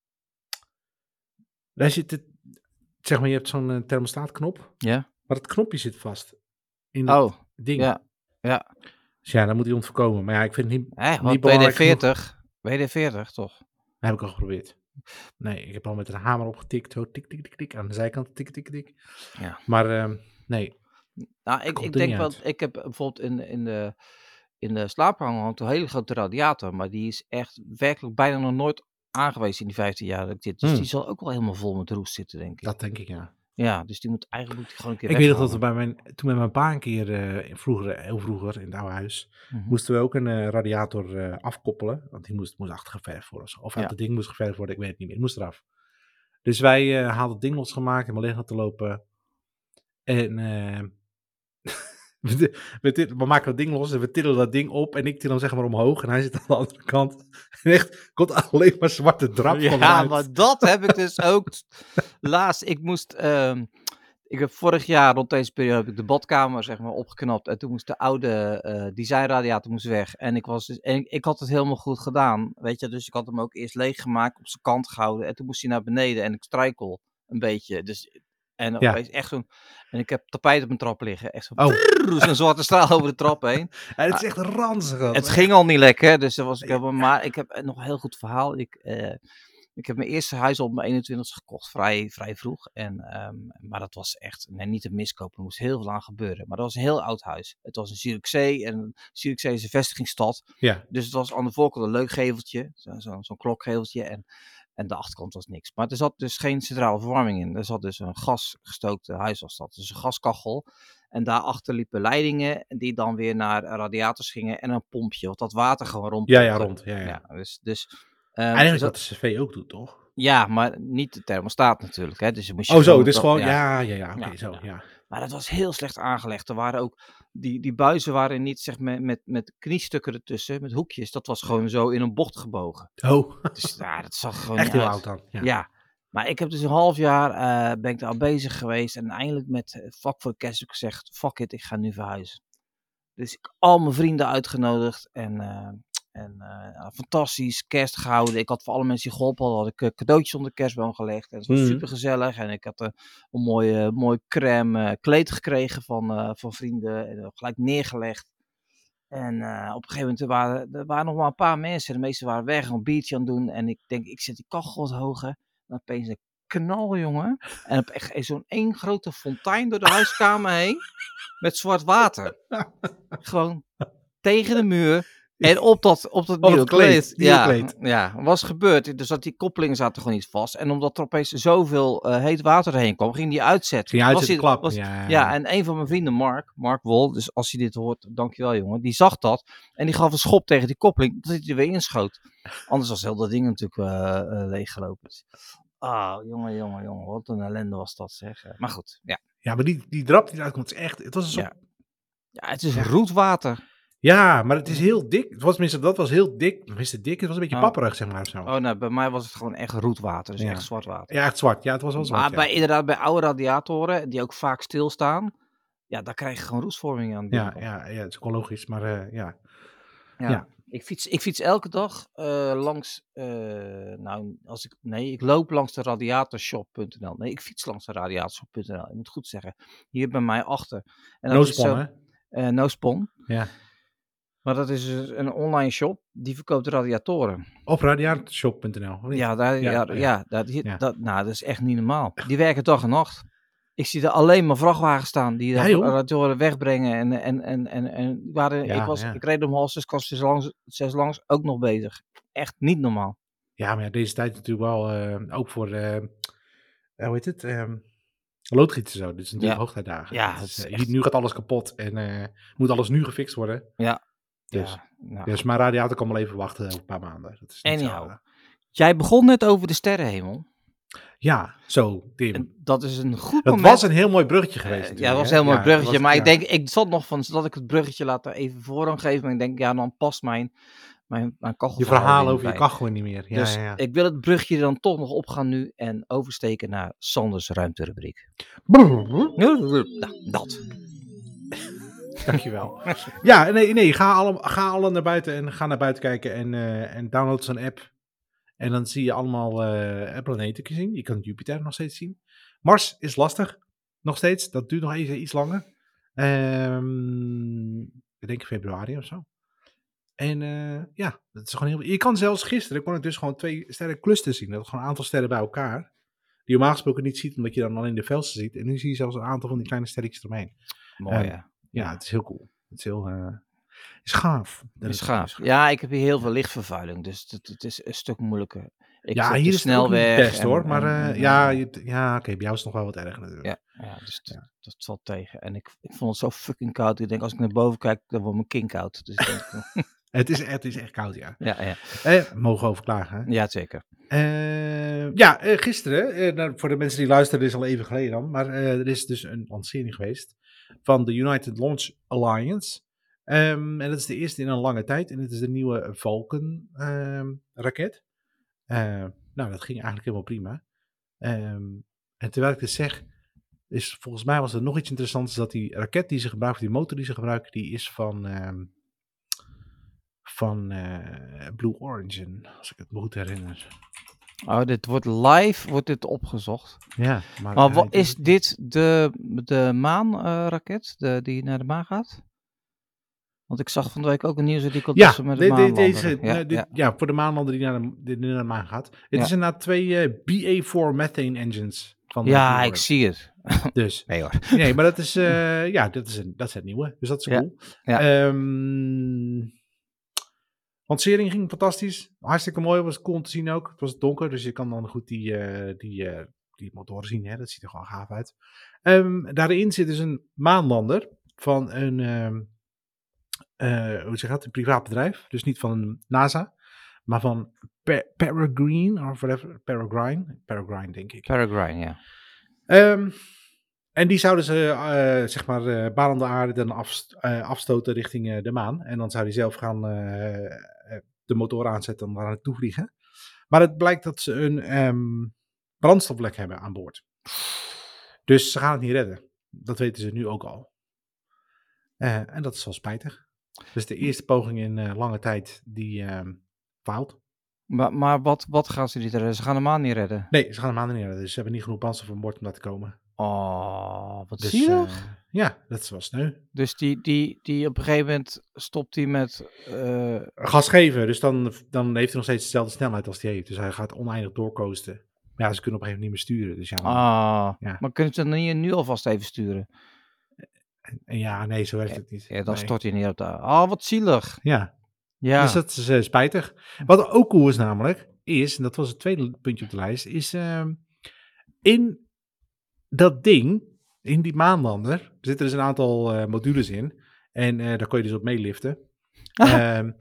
daar zit het... Zeg maar, je hebt zo'n uh, thermostaatknop. Ja. Maar het knopje zit vast. In oh, het ding. Ja, ja. Dus ja, dan moet hij ontvoorkomen. Maar ja, ik vind het niet, Hé, niet W D veertig. W D veertig, toch? Dat heb ik al geprobeerd. Nee, ik heb al met een hamer opgetikt. Zo tik, tik, tik, tik. Aan de zijkant tik, tik, tik. Ja. Maar uh, nee. Nou, ik, ik denk wel... Ik heb bijvoorbeeld in, in de... In de slaapkamer hangt een hele grote radiator. Maar die is echt werkelijk bijna nog nooit aangewezen in die vijftien jaar dat ik dit. Dus hmm. die zal ook wel helemaal vol met roest zitten, denk ik. Dat denk ik, ja. Ja, dus die moet eigenlijk moet die gewoon een keer Ik weet nog dat we bij mijn, toen met mijn pa een keer, uh, vroeger, heel vroeger, in het oude huis, mm-hmm. moesten we ook een uh, radiator uh, afkoppelen. Want die moest, moest achtergeverfd worden. Of ja. het ding moest geverfd worden, ik weet het niet meer. Het moest eraf. Dus wij uh, hadden het ding losgemaakt, helemaal leeg laten lopen. En uh, We, we, til- we maken dat ding los en we tillen dat ding op. En ik til hem zeg maar omhoog. En hij zit aan de andere kant. En echt, komt alleen maar zwarte drap van Ja, eruit. maar dat heb ik dus ook laatst. Ik moest, ehm, ik heb vorig jaar rond deze periode heb ik de badkamer zeg maar opgeknapt. En toen moest de oude eh designradiator moest weg. En ik was dus, en ik, ik had het helemaal goed gedaan, weet je. Dus ik had hem ook eerst leeggemaakt, op zijn kant gehouden. En toen moest hij naar beneden en ik struikel een beetje. Dus en Ja. opeens echt zo'n, en ik heb tapijt op mijn trap liggen. Echt zo'n, Oh. prrr, zo'n zwarte straal over de trap heen. En het is echt ranzig. dat. Het ging al niet lekker, dus dat was ik helemaal. Maar ik heb nog een heel goed verhaal. Ik, eh, ik heb mijn eerste huis op mijn eenentwintigste gekocht, vrij, vrij vroeg. En, ehm, maar dat was echt, nee, niet te miskopen. Er moest heel veel aan gebeuren. Maar dat was een heel oud huis. Het was een Zierikzee en Zierikzee is een vestigingsstad. Ja. Dus het was aan de voorkant een leuk geveltje, zo, zo, zo'n klokgeveltje. En, en de achterkant was niks. Maar er zat dus geen centrale verwarming in. Er zat dus een gasgestookte huis was dat. Dus een gaskachel. En daarachter liepen leidingen die dan weer naar radiators gingen en een pompje. Want dat water gewoon rond. Ja, ja, rond. Ja, ja. Ja, dus, dus, eh, Eigenlijk dus wat dat- de cv ook doet, toch? ja, maar niet de thermostaat natuurlijk. Hè? Dus je moest je Oh, zo. gewoon Dus dat- gewoon, ja. ja, ja, ja. Oké, Ja, zo, ja. ja. Maar dat was heel slecht aangelegd. Er waren ook, die, die buizen waren niet zeg met, met, met kniestukken ertussen, met hoekjes. Dat was gewoon zo in een bocht gebogen. Oh, Dus ja, dat zag gewoon echt niet heel uit. oud dan. Ja. Ja. Maar ik heb dus een half jaar eh, ben ik daar al bezig geweest. En eindelijk met eh, vak voor de kerst heb ik gezegd, fuck it, ik ga nu verhuizen. Dus ik heb al mijn vrienden uitgenodigd. En, eh, en eh, ja, fantastisch, kerst gehouden. Ik had voor alle mensen die geholpen hadden, had ik eh, cadeautjes onder de kerstboom gelegd. En het was Mhm. super gezellig. En ik had eh, een mooi, eh, mooi crème eh, kleed gekregen van, eh, van vrienden. En eh, gelijk neergelegd. En eh, op een gegeven moment er waren er waren nog maar een paar mensen. De meesten waren weg, een biertje aan het doen. En ik denk, ik zet die kachel wat hoger. En opeens een knal, jongen. En op echt zo'n één grote fontein door de huiskamer heen. Met zwart water. Gewoon tegen de muur. En op dat, op dat Op het nieuwe kleed, kleed. nieuwe Ja, kleed. ja, was gebeurd. Dus dat die koppelingen zaten gewoon niet vast. En omdat er opeens zoveel eh, heet water heen kwam, ging die uitzetten. Ging je Was uitzetten, hij- klap. was- Ja. ja, en een van mijn vrienden, Mark, Mark Wol, dus als hij dit hoort, dankjewel jongen, die zag dat. En die gaf een schop tegen die koppeling, dat hij er weer inschoot. Anders was heel dat ding natuurlijk eh, eh, leeggelopen. Dus, ah, jongen, jongen, jongen, wat een ellende was dat zeg. Eh, Maar goed, ja. Ja, maar die, die drap die eruit komt, is echt... Het was een soort... Ja. Ja, het is roetwater. Ja, maar het is heel dik. Het was tenminste, dat was heel dik. Tenminste, dik. Het was een beetje Oh. papperig, zeg maar. Of zo. Oh nee, bij mij was het gewoon echt roetwater, dus Ja. echt zwart water. Ja, echt zwart. Ja, het was wel zwart. Maar ja. bij, inderdaad, bij oude radiatoren, die ook vaak stilstaan, ja, daar krijg je gewoon roestvorming aan. de Ja, binnenkant. ja, ja, het is ook wel logisch, maar eh, ja. Ja. Ja. Ik, fiets, ik fiets elke dag eh, langs, eh, nou, als ik, nee, ik loop langs de radiatorshop punt n l. Nee, ik fiets langs de radiatorshop punt n l. Ik moet goed zeggen. Hier bij mij achter. En No dat is spon, zo- hè? eh, no Spon. Ja. Maar dat is dus een online shop, die verkoopt radiatoren. Op radiatorshop punt n l. of niet? Ja, daar, Ja, ja, ja. ja, daar, die- Ja. Dat, nou, dat is echt niet normaal. Die werken dag en nacht. Ik zie er alleen maar vrachtwagens staan die Ja, de joh. radiatoren wegbrengen. En, en, en, en, en die waren, Ja, ik, was, ja. ik reed om half zes, ik was zes langs, zes langs ook nog bezig. Echt niet normaal. Ja, maar ja, deze tijd is natuurlijk wel eh, ook voor, eh, eh, hoe heet het? Ehm loodgieten zo. Dit is natuurlijk Ja. hoogtijdagen. Ja, Het het is, is eh, echt- hier- nu gaat alles kapot en eh, moet alles nu gefixt worden. Ja. Dus, Ja, nou. dus mijn radiator kan wel even wachten over een paar maanden. Dat is niet zo, Anyhow. eh. Jij begon net over de sterrenhemel. Ja, zo, Tim. En dat is een goed Het moment. was een heel mooi bruggetje geweest. Eh, ja, natuurlijk, dat was hè? een heel mooi Ja, bruggetje. het was- maar ja. ik denk, ik zat nog van, zodat ik het bruggetje laat even voorrang geven. Maar ik denk, ja, dan past mijn, mijn, mijn kachel. Je verhaal over je kachel niet meer. Ja, dus ja, ja. ik wil het brugje er dan toch nog opgaan nu en oversteken naar Sanders ruimterubriek. Brrr. Nou, dat. Dankjewel. Ja, nee, nee ga, alle, ga alle naar buiten en ga naar buiten kijken en, eh, en download zo'n app. En dan zie je allemaal eh planeten zien. Je kan Jupiter nog steeds zien. Mars is lastig, nog steeds. Dat duurt nog even iets langer. Ehm, ik denk februari of zo. En eh, ja, dat is gewoon heel... Je kan zelfs gisteren, kon ik dus gewoon twee sterrenclusters zien. Dat is gewoon een aantal sterren bij elkaar. Die je normaal gesproken niet ziet, omdat je dan alleen de felste ziet. En nu zie je zelfs een aantal van die kleine sterretjes eromheen. Mooi, Ja. ja. Ja, het is heel cool. Het is heel... eh, is gaaf. Dat is gaaf. Ja, ik heb hier heel veel lichtvervuiling, dus het, het is een stuk moeilijker. Ik Ja, zit hier de is het ook niet snelweg best en- hoor. Maar en- eh, en, ja, eh, je- ja oké, bij jou is het nog wel wat erger natuurlijk. Ja, ja, dus Ja. Dat, dat valt tegen. En ik, ik vond het zo fucking koud. Ik denk, als ik naar boven kijk, dan wordt mijn kin koud. Dus ik denk, Het, is, het is echt koud, ja. ja, ja. Eh, mogen we over klagen. Hè? ja, zeker. Eh, ja, eh, gisteren, eh, nou, voor de mensen die luisteren, dit is al even geleden dan. Maar eh, er is dus een lancering geweest van de United Launch Alliance. Um, en dat is de eerste in een lange tijd. En het is de nieuwe Falcon um, raket. Uh, nou, dat ging eigenlijk helemaal prima. Um, en terwijl ik dit zeg, is volgens mij was er nog iets interessants. Dat die raket die ze gebruiken, die motor die ze gebruiken, die is van, um, van uh, Blue Origin. Als ik het me goed herinner. Oh, dit wordt live, wordt dit opgezocht. Ja, maar maar uh, wat, is dit de, de maanraket uh, die naar de maan gaat? Want ik zag van de week ook een nieuwsartikel ja, dat ze met de, de, maan deze, ja, uh, dit, ja. ja, voor de maanlander die naar de, die naar de maan gaat. Het ja. is inderdaad twee uh, B A four methane engines. Van ja, ik zie het. Dus. Nee hoor. Nee, maar dat is, uh, ja, dat is, een, dat is het nieuwe. Dus dat is ja. cool. Ja. Um, lancering ging fantastisch. Hartstikke mooi. Was cool om te zien ook. Het was donker, dus je kan dan goed die, uh, die, uh, die motoren zien. Hè? Dat ziet er gewoon gaaf uit. Um, daarin zit dus een maanlander van een, um, uh, hoe zeg je dat, een privaat bedrijf. Dus niet van NASA, maar van Pe- Peregrine of whatever. Peregrine. Peregrine, denk ik. Peregrine, ja. Um, en die zouden ze, uh, zeg maar, uh, banende aarde dan afst- uh, afstoten richting uh, de maan. En dan zou die zelf gaan uh, de motor aanzetten en daar naartoe vliegen. Maar het blijkt dat ze een um, brandstoflek hebben aan boord. Dus ze gaan het niet redden. Dat weten ze nu ook al. Uh, en dat is wel spijtig. Dus de eerste poging in uh, lange tijd die uh, faalt. Maar, maar wat, wat gaan ze niet redden? Ze gaan de maan niet redden? Nee, ze gaan de maan niet redden. Dus ze hebben niet genoeg brandstof aan boord om daar te komen. Oh, wat dus, zielig. Uh, ja, dat is wel sneu. Dus die, die, die op een gegeven moment stopt hij met... Uh... gas geven, dus dan, dan heeft hij nog steeds dezelfde snelheid als hij heeft. Dus hij gaat oneindig doorcoasten. Maar ja, ze kunnen op een gegeven moment niet meer sturen. Dus ja, dan, ah, ja. Maar kunnen ze dan niet nu alvast even sturen? En, en ja, nee, zo werkt het niet. Ja, dan nee. stort hij niet op de... Oh, wat zielig. Ja. ja. Dus dat is uh, spijtig. Wat ook cool is namelijk, is, en dat was het tweede puntje op de lijst, is uh, in dat ding, in die maanlander, zitten dus een aantal uh, modules in. En uh, daar kon je dus op meeliften. Ah. Um,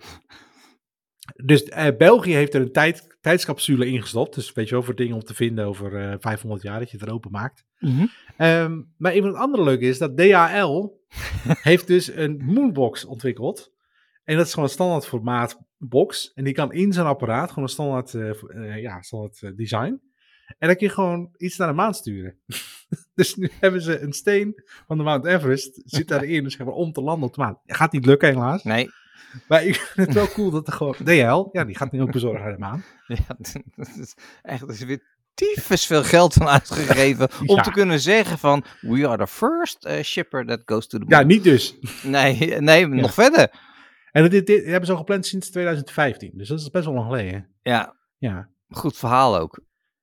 dus uh, België heeft er een tijd, tijdscapsule ingestopt. Dus weet je wel, voor dingen om te vinden over uh, vijfhonderd jaar dat je het er open maakt. Mm-hmm. Um, maar een van het andere leuke is dat D H L heeft dus een Moonbox ontwikkeld. En dat is gewoon een standaard formaat box. En die kan in zo'n apparaat, gewoon een standaard, uh, uh, ja, standaard uh, design. En dan kun je gewoon iets naar de maan sturen. Dus nu hebben ze een steen van de Mount Everest, zit daarin, dus zeg maar, om te landen op de maan. Gaat niet lukken helaas. Nee. Maar ik vind het wel cool dat er gewoon... D H L, ja, die gaat nu ook bezorgen naar de maan. Ja, dat is echt, er is weer tyfus veel geld van uitgegeven om ja. te kunnen zeggen van, we are the first uh, shipper that goes to the moon. Ja, niet dus. Nee, nee, ja. nog verder. En dit, dit, dit hebben ze al gepland sinds twintig vijftien, dus dat is best wel lang geleden. Ja, ja. Goed verhaal ook.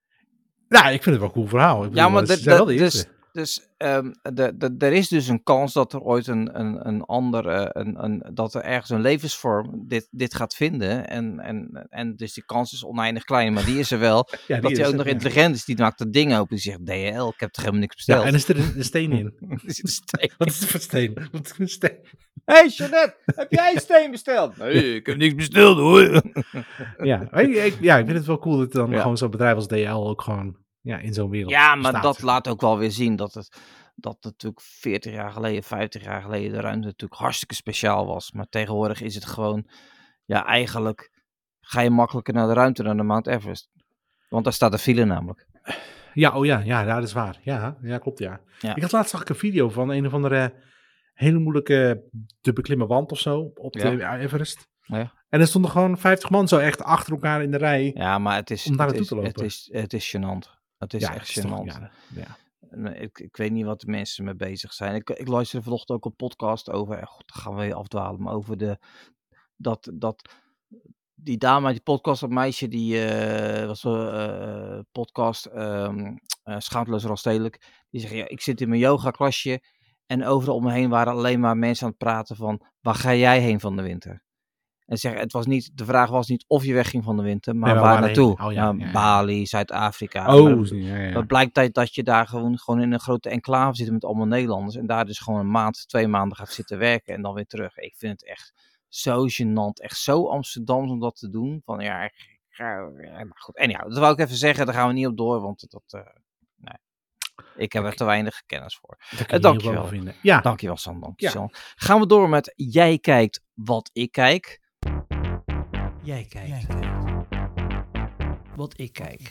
Nou, ik vind het wel een cool verhaal. Ik bedoel, ja, maar dat de, de, wel de dus, eerste. dus um, de, de, er is dus een kans dat er ooit een, een, een andere, een, een, dat er ergens een levensvorm dit, dit gaat vinden. En, en, en dus die kans is oneindig klein, maar die is er wel. ja, dat hij ook nog ja. intelligent is, die maakt dat ding open. Die zegt, D H L, ik heb er helemaal niks besteld. Ja, en er zit er een steen in. er zit een steen. Wat is het voor steen? Wat is het voor steen? Hé, hey, Jeanette, heb jij een steen besteld? Nee, ik heb niks besteld hoor. ja, ik, ik, ja, ik vind het wel cool dat dan ja. gewoon zo'n bedrijf als D H L ook gewoon... Ja, in zo'n wereld. Ja, maar dat laat ook wel weer zien dat het dat natuurlijk veertig jaar geleden, vijftig jaar geleden de ruimte natuurlijk hartstikke speciaal was. Maar tegenwoordig is het gewoon, ja, eigenlijk ga je makkelijker naar de ruimte dan de Mount Everest. Want daar staat de file namelijk. Ja, oh ja, ja, dat is waar. Ja, ja klopt, ja. ja. Ik had laatst zag ik een video van een of andere hele moeilijke te beklimmen wand of zo op de ja. Everest. Ja. En er stonden gewoon vijftig man zo echt achter elkaar in de rij. Ja, maar het is, om daar het naartoe is, te lopen. Het is, het is gênant. Het is ja, echt het is gênant. Toch, ja, ja. Ik, ik weet niet wat de mensen mee bezig zijn. Ik, ik luisterde vanochtend ook een podcast over, god, dan gaan we weer afdwalen, maar over de, dat, dat, die dame uit die podcast, dat meisje, die uh, was een uh, podcast, um, uh, Schaamteloos Randstedelijk, die zegt, ja, ik zit in mijn yoga klasje en overal om me heen waren alleen maar mensen aan het praten van, waar ga jij heen van de winter? En zeg, het was niet, de vraag was niet of je wegging van de winter, maar nee, waar naartoe? Oh, ja, nou, ja, ja. Bali, Zuid-Afrika. Oh, maar, ja, ja. Het blijkt dat, dat je daar gewoon, gewoon in een grote enclave zit met allemaal Nederlanders. En daar dus gewoon een maand, twee maanden gaat zitten werken en dan weer terug. Ik vind het echt zo gênant, echt zo Amsterdams om dat te doen. Van ja, ik ga, ja maar goed. En ja, dat wou ik even zeggen, daar gaan we niet op door, want dat... Uh, nee. Ik heb er Oké. te weinig kennis voor. Dat kun Uh, je dank hier je wel wel. vinden. Ja. Dankjewel, Sam. Dank je, Ja. Sam. Gaan we door met Jij kijkt wat ik kijk. Jij kijkt Jij kijkt. wat ik kijk.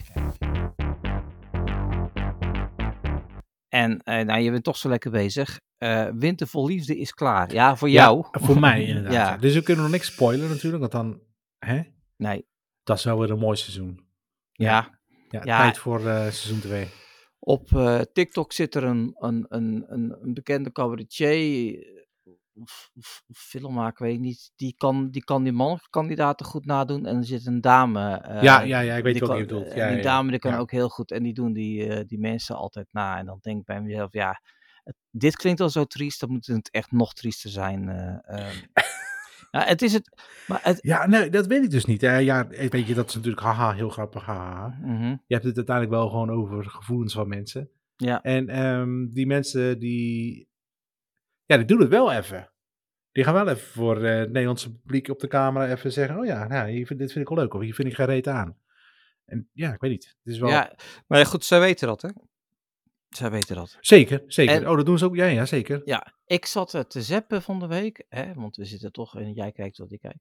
En eh, nou, je bent toch zo lekker bezig. Uh, Winter vol Liefde is klaar. Ja, voor jou. Ja, voor mij inderdaad. Ja. Ja. Dus we kunnen nog niks spoilen natuurlijk, want dan, hè? Nee. Dat is wel weer een mooi seizoen. Ja. Ja, Ja. tijd voor uh, seizoen twee. Op uh, TikTok zit er een, een, een, een, een bekende cabaretier of, of, of filmmaker, weet ik niet. Die kan die, kan die mannenkandidaten goed nadoen. En er zit een dame. Uh, ja, ja, ja, ik weet wat je bedoelt. Ja, die ja, dame die kan ja. ook heel goed. En die doen die, uh, die mensen altijd na. En dan denk ik bij mezelf, ja, het, dit klinkt al zo triest. Dan moet het echt nog triester zijn. Uh, uh. Ja, het is het, maar het... ja, nee, dat weet ik dus niet. Uh, ja, weet je, dat is natuurlijk haha, heel grappig, haha. Mm-hmm. Je hebt het uiteindelijk wel gewoon over gevoelens van mensen. Ja. En um, die mensen die, ja, die doen het wel even. Die gaan wel even voor uh, het Nederlandse publiek op de camera even zeggen, oh ja, nou, hier, dit vind ik wel leuk, of hier vind ik geen reet aan. En ja, ik weet niet. Het is wel... Ja, maar goed, zij weten dat, hè? Zij weten dat. Zeker, zeker. En, oh, dat doen ze ook. Ja, ja, zeker. Ja, ik zat uh, te zappen van de week, hè, want we zitten toch in Jij kijkt wat ik kijk.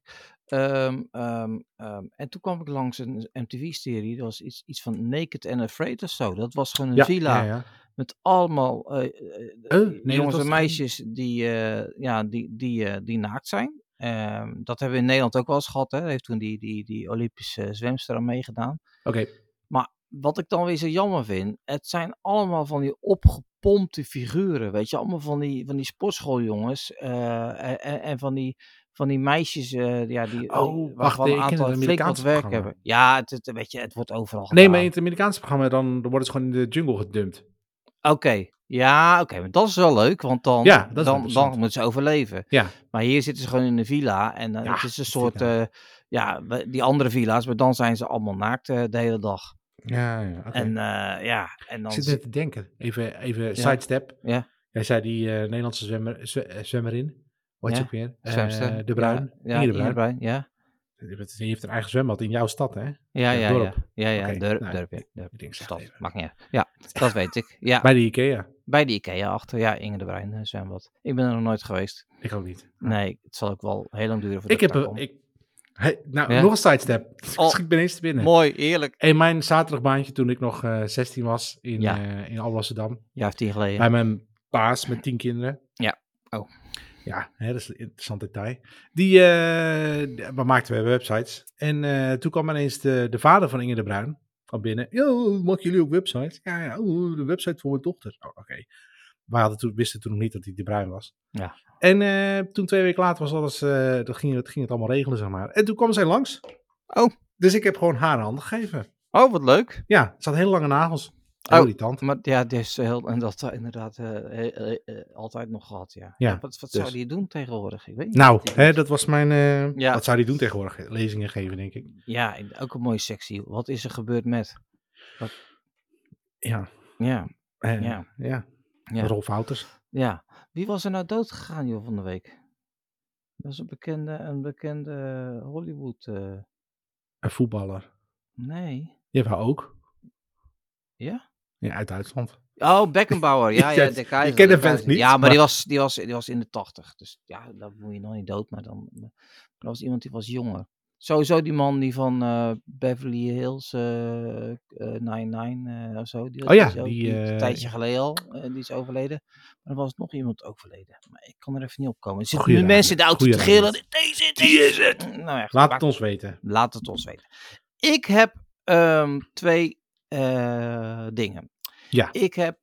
Um, um, um, en toen kwam ik langs een M T V-serie, dat was iets, iets van Naked and Afraid of zo. Dat was gewoon een ja, villa ja, ja. met allemaal uh, uh, uh, nee, jongens en meisjes geen... die, uh, ja, die, die, uh, die naakt zijn. Um, dat hebben we in Nederland ook wel eens gehad. Hè. Daar heeft toen die, die, die Olympische zwemster aan meegedaan. Oké. Okay. Maar wat ik dan weer zo jammer vind, het zijn allemaal van die opgepompte figuren, weet je, allemaal van die, van die sportschooljongens uh, en, en van die, van die meisjes, uh, ja, die, oh, die wacht, een aantal flink wat werk programma. hebben. Ja, het, het, weet je, het wordt overal gedaan. Nee, maar in het Amerikaanse programma, dan, dan worden ze gewoon in de jungle gedumpt. Oké, okay. ja, oké, okay, maar dat is wel leuk, want dan, ja, dat dan, dan moeten ze overleven. Ja. Maar hier zitten ze gewoon in een villa en uh, ja, het is een soort, uh, ja, die andere villa's, maar dan zijn ze allemaal naakt uh, de hele dag. Ja, ja, oké. En uh, ja, en dan... Ik zit net te denken, even, even ja. sidestep. Ja. Jij zei die uh, Nederlandse zwemmer, zw zwemmerin, wat is ja. ook weer? Zwemster. Uh, de Bruin. Ja, ja Inge de Bruin. Bruin, ja. Die heeft een eigen zwembad in jouw stad, hè? Ja, ja, ja. dorp. Ja, ja, okay, dorp, nou, dorp, ja. Dorp. Ik denk stad, mag niet uit. Ja, dat weet ik. Ja. Bij de Ikea. Bij de Ikea achter, ja, Inge de Bruin uh, zwembad. Ik ben er nog nooit geweest. Ik ook niet. Ah. Nee, het zal ook wel heel lang duren voordat ik ik heb daar kom. Ik, hey, nou, ja? nog een sidestep. Oh, Schiet me ineens te binnen. Mooi, eerlijk. En mijn zaterdagbaantje toen ik nog uh, zestien was in, ja. uh, in Alblasserdam. Ja, of tien geleden. Bij mijn baas met tien kinderen. Ja, oh. Ja, hè, dat is een interessant detail. Die, uh, we maakten we websites. En uh, toen kwam ineens de, de vader van Inge de Bruin van binnen. Yo, maken jullie ook websites? Ja, ja, oh, de website voor mijn dochter. Oh, oké. Okay. We hadden toen, wisten toen nog niet dat hij de Bruin was. Ja. En uh, toen twee weken later was alles, uh, dat ging, dat ging het allemaal regelen, zeg maar. En toen kwam zij langs. Oh. Dus ik heb gewoon haar een hand gegeven. Oh, wat leuk. Ja, het had hele lange nagels. Heel oh, irritant. Maar ja, dit is heel, en dat uh, inderdaad uh, uh, uh, uh, altijd nog gehad, ja. ja ja wat wat dus. zou die doen tegenwoordig? Ik weet niet. Nou, hè, dat was mijn... Uh, ja. Wat zou die doen tegenwoordig? Lezingen geven, denk ik. Ja, ook een mooie sectie. Wat is er gebeurd met? Wat... Ja. Ja. Uh, ja. Ja. ja. Rolf Wouters. Ja. Wie was er nou dood gegaan, joh, van de week? Dat was een bekende, een bekende Hollywood... Uh... Een voetballer. Nee. Jawel ook. Ja? Ja, uit Duitsland. Oh, Beckenbauer. Ja, ja, de keizer. Je kent hem vast niet. Ja, maar, maar die, was, die, was, die was in de tachtig. Dus ja, dan moet je nog niet dood. Maar dan maar er was iemand die was jonger. Sowieso die man die van uh, Beverly Hills uh, uh, negenennegentig uh, of zo. Die, oh ja. Die, ook, die, die uh, een tijdje geleden al. Uh, die is overleden. Maar er was nog iemand overleden. Maar ik kan er even niet op komen. Er zitten nu mensen in de auto te gillen. Deze, die is het. Nou, ja, laat het ons weten. Laat het ons weten. Ik heb um, twee uh, dingen. Ja. Ik heb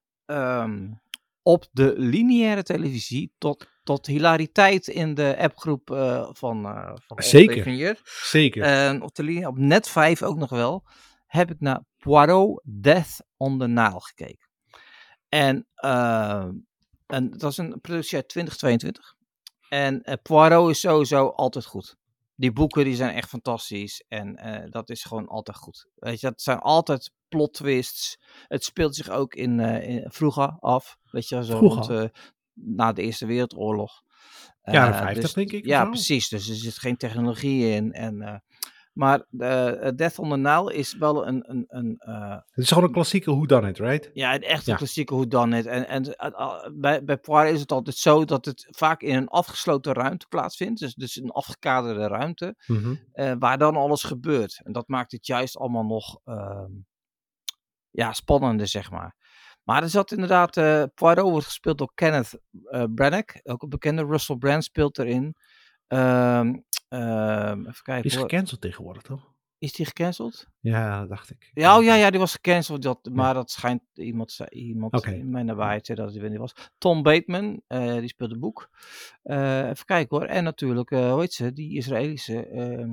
um, op de lineaire televisie tot, tot hilariteit in de appgroep uh, van, uh, van Zeker. Zeker. En op de linie, op Net vijf ook nog wel, heb ik naar Poirot Death on the Nile gekeken. En, uh, en dat is een productie uit twintig tweeëntwintig. En uh, Poirot is sowieso altijd goed. Die boeken die zijn echt fantastisch en uh, dat is gewoon altijd goed. Weet je, dat zijn altijd plot twists. Het speelt zich ook in, uh, in vroeger af, weet je, zo rond, uh, na de Eerste Wereldoorlog. Uh, Jaren vijftig dus, denk ik. Ja, precies. Dus er zit geen technologie in en uh, Maar uh, Death on the Nile is wel een... een, een uh, Het is gewoon een klassieke whodunit, right? Ja, een echte Ja. klassieke whodunit. En, en uh, uh, bij, bij Poirot is het altijd zo dat het vaak in een afgesloten ruimte plaatsvindt. Dus, dus een afgekaderde ruimte. Mm-hmm. Uh, waar dan alles gebeurt. En dat maakt het juist allemaal nog uh, ja, spannender, zeg maar. Maar er zat inderdaad... Uh, Poirot wordt gespeeld door Kenneth uh, Branagh. Ook een bekende. Russell Brand speelt erin. Uh, uh, even kijken. Die is hoor. gecanceld tegenwoordig, toch? Is die gecanceld? Ja, dat dacht ik. Ja, oh, ja, ja, die was gecanceld. Dat, maar ja. dat schijnt iemand, iemand okay. in mijn nabijheid zei dat hij er niet was. Tom Bateman, uh, die speelde boek. Uh, even kijken hoor. En natuurlijk, uh, hoe heet ze? Die Israëlische. Uh,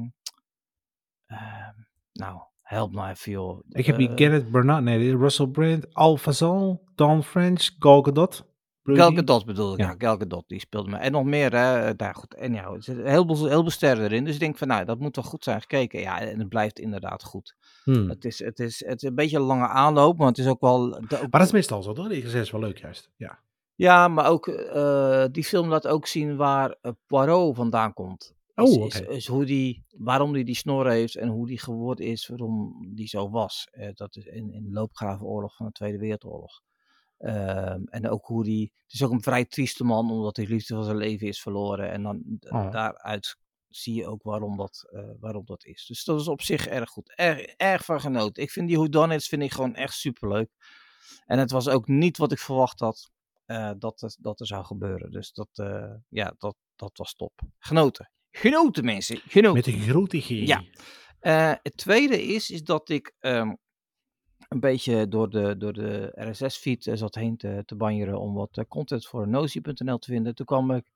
uh, nou, help me even joh. Ik heb die uh, Gareth Bernard, nee, Russell Brand, Al Fazal, Dawn French, Gal Gadot. Gal Gadot bedoel ik, ja. ja. Gal Gadot, die speelde me. En nog meer, hè. Daar, goed. En ja, er zitten heel veel, heel veel sterren erin. Dus ik denk van, nou, dat moet wel goed zijn gekeken. Ja, en het blijft inderdaad goed. Hmm. Het, is, het, is, het is een beetje een lange aanloop, maar het is ook wel... De, ook... Maar dat is meestal zo, toch? Die gezegd is wel leuk juist, ja. Ja, maar ook, uh, die film laat ook zien waar uh, Poirot vandaan komt. Is, oh, oké. Okay. Is, is hoe die, waarom hij die, die snor heeft en hoe die geworden is, waarom die zo was. Uh, dat is in, in de loopgravenoorlog van de Tweede Wereldoorlog. Uh, en ook hoe die, het is ook een vrij trieste man, omdat hij liefde van zijn leven is verloren. En dan oh. daaruit zie je ook waarom dat, uh, waarom dat is. Dus dat is op zich erg goed. Erg, erg van genoten. Ik vind die whodunits vind ik gewoon echt superleuk. En het was ook niet wat ik verwacht had, uh, dat, het, dat er zou gebeuren. Dus dat, uh, ja, dat, dat was top. Genoten. Genoten mensen. Genoten. Met een grote G. Ja. Uh, het tweede is, is dat ik... Um, een beetje door de, door de R S S-feed uh, zat heen te, te banjeren om wat uh, content voor Nosy punt n l te vinden. Toen kwam ik,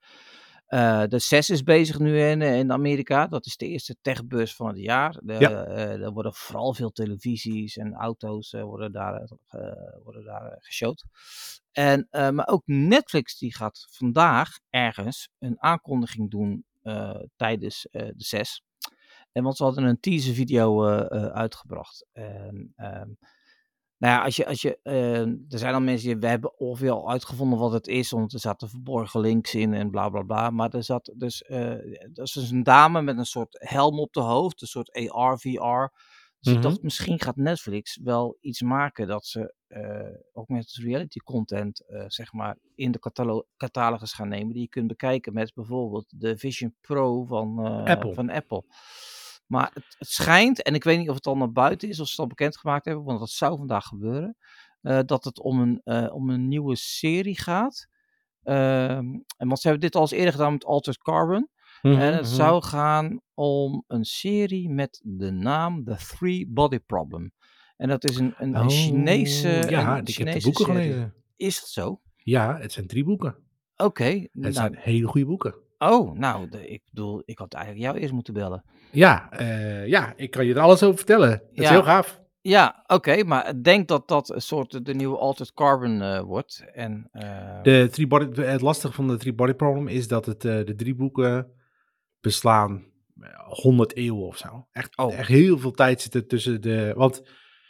uh, de C E S is bezig nu in, in Amerika. Dat is de eerste techbeurs van het jaar. De, ja. uh, er worden vooral veel televisies en auto's uh, worden daar, uh, worden daar uh, geshowd. En, uh, maar ook Netflix die gaat vandaag ergens een aankondiging doen uh, tijdens uh, de C E S. En want ze hadden een teaser video uh, uh, uitgebracht. En, um, nou ja, als je, als je, uh, er zijn al mensen die, we hebben ongeveer al uitgevonden wat het is, want er zaten verborgen links in en bla bla bla. Maar er zat dus, uh, dat is dus een dame met een soort helm op de hoofd, een soort A R, V R. Dus mm-hmm. ik dacht, misschien gaat Netflix wel iets maken dat ze uh, ook met reality content, uh, zeg maar, in de catalo- catalogus gaan nemen, die je kunt bekijken met bijvoorbeeld de Vision Pro van, uh, Apple. van Apple. Maar het, het schijnt, en ik weet niet of het al naar buiten is, of ze het al bekendgemaakt hebben, want dat zou vandaag gebeuren, uh, dat het om een, uh, om een nieuwe serie gaat. Uh, en want ze hebben dit al eens eerder gedaan met Altered Carbon. Mm-hmm, en het mm-hmm. zou gaan om een serie met de naam The Three Body Problem. En dat is een, een, oh, een Chinese Ja, een ik Chinese heb de boeken serie. gelezen. Is dat zo? Ja, het zijn drie boeken. Oké. Okay, het nou, zijn hele goede boeken. Oh, nou, de, ik bedoel, ik had eigenlijk jou eerst moeten bellen. Ja, uh, ja, ik kan je er alles over vertellen. Het ja. is heel gaaf. Ja, oké, okay, maar ik denk dat dat een soort de nieuwe Altered Carbon uh, wordt. En, uh... de three body, het lastige van de Three Body Problem is dat het, uh, de drie boeken beslaan honderd eeuwen of zo. Echt, oh. echt heel veel tijd zit er tussen de... Want,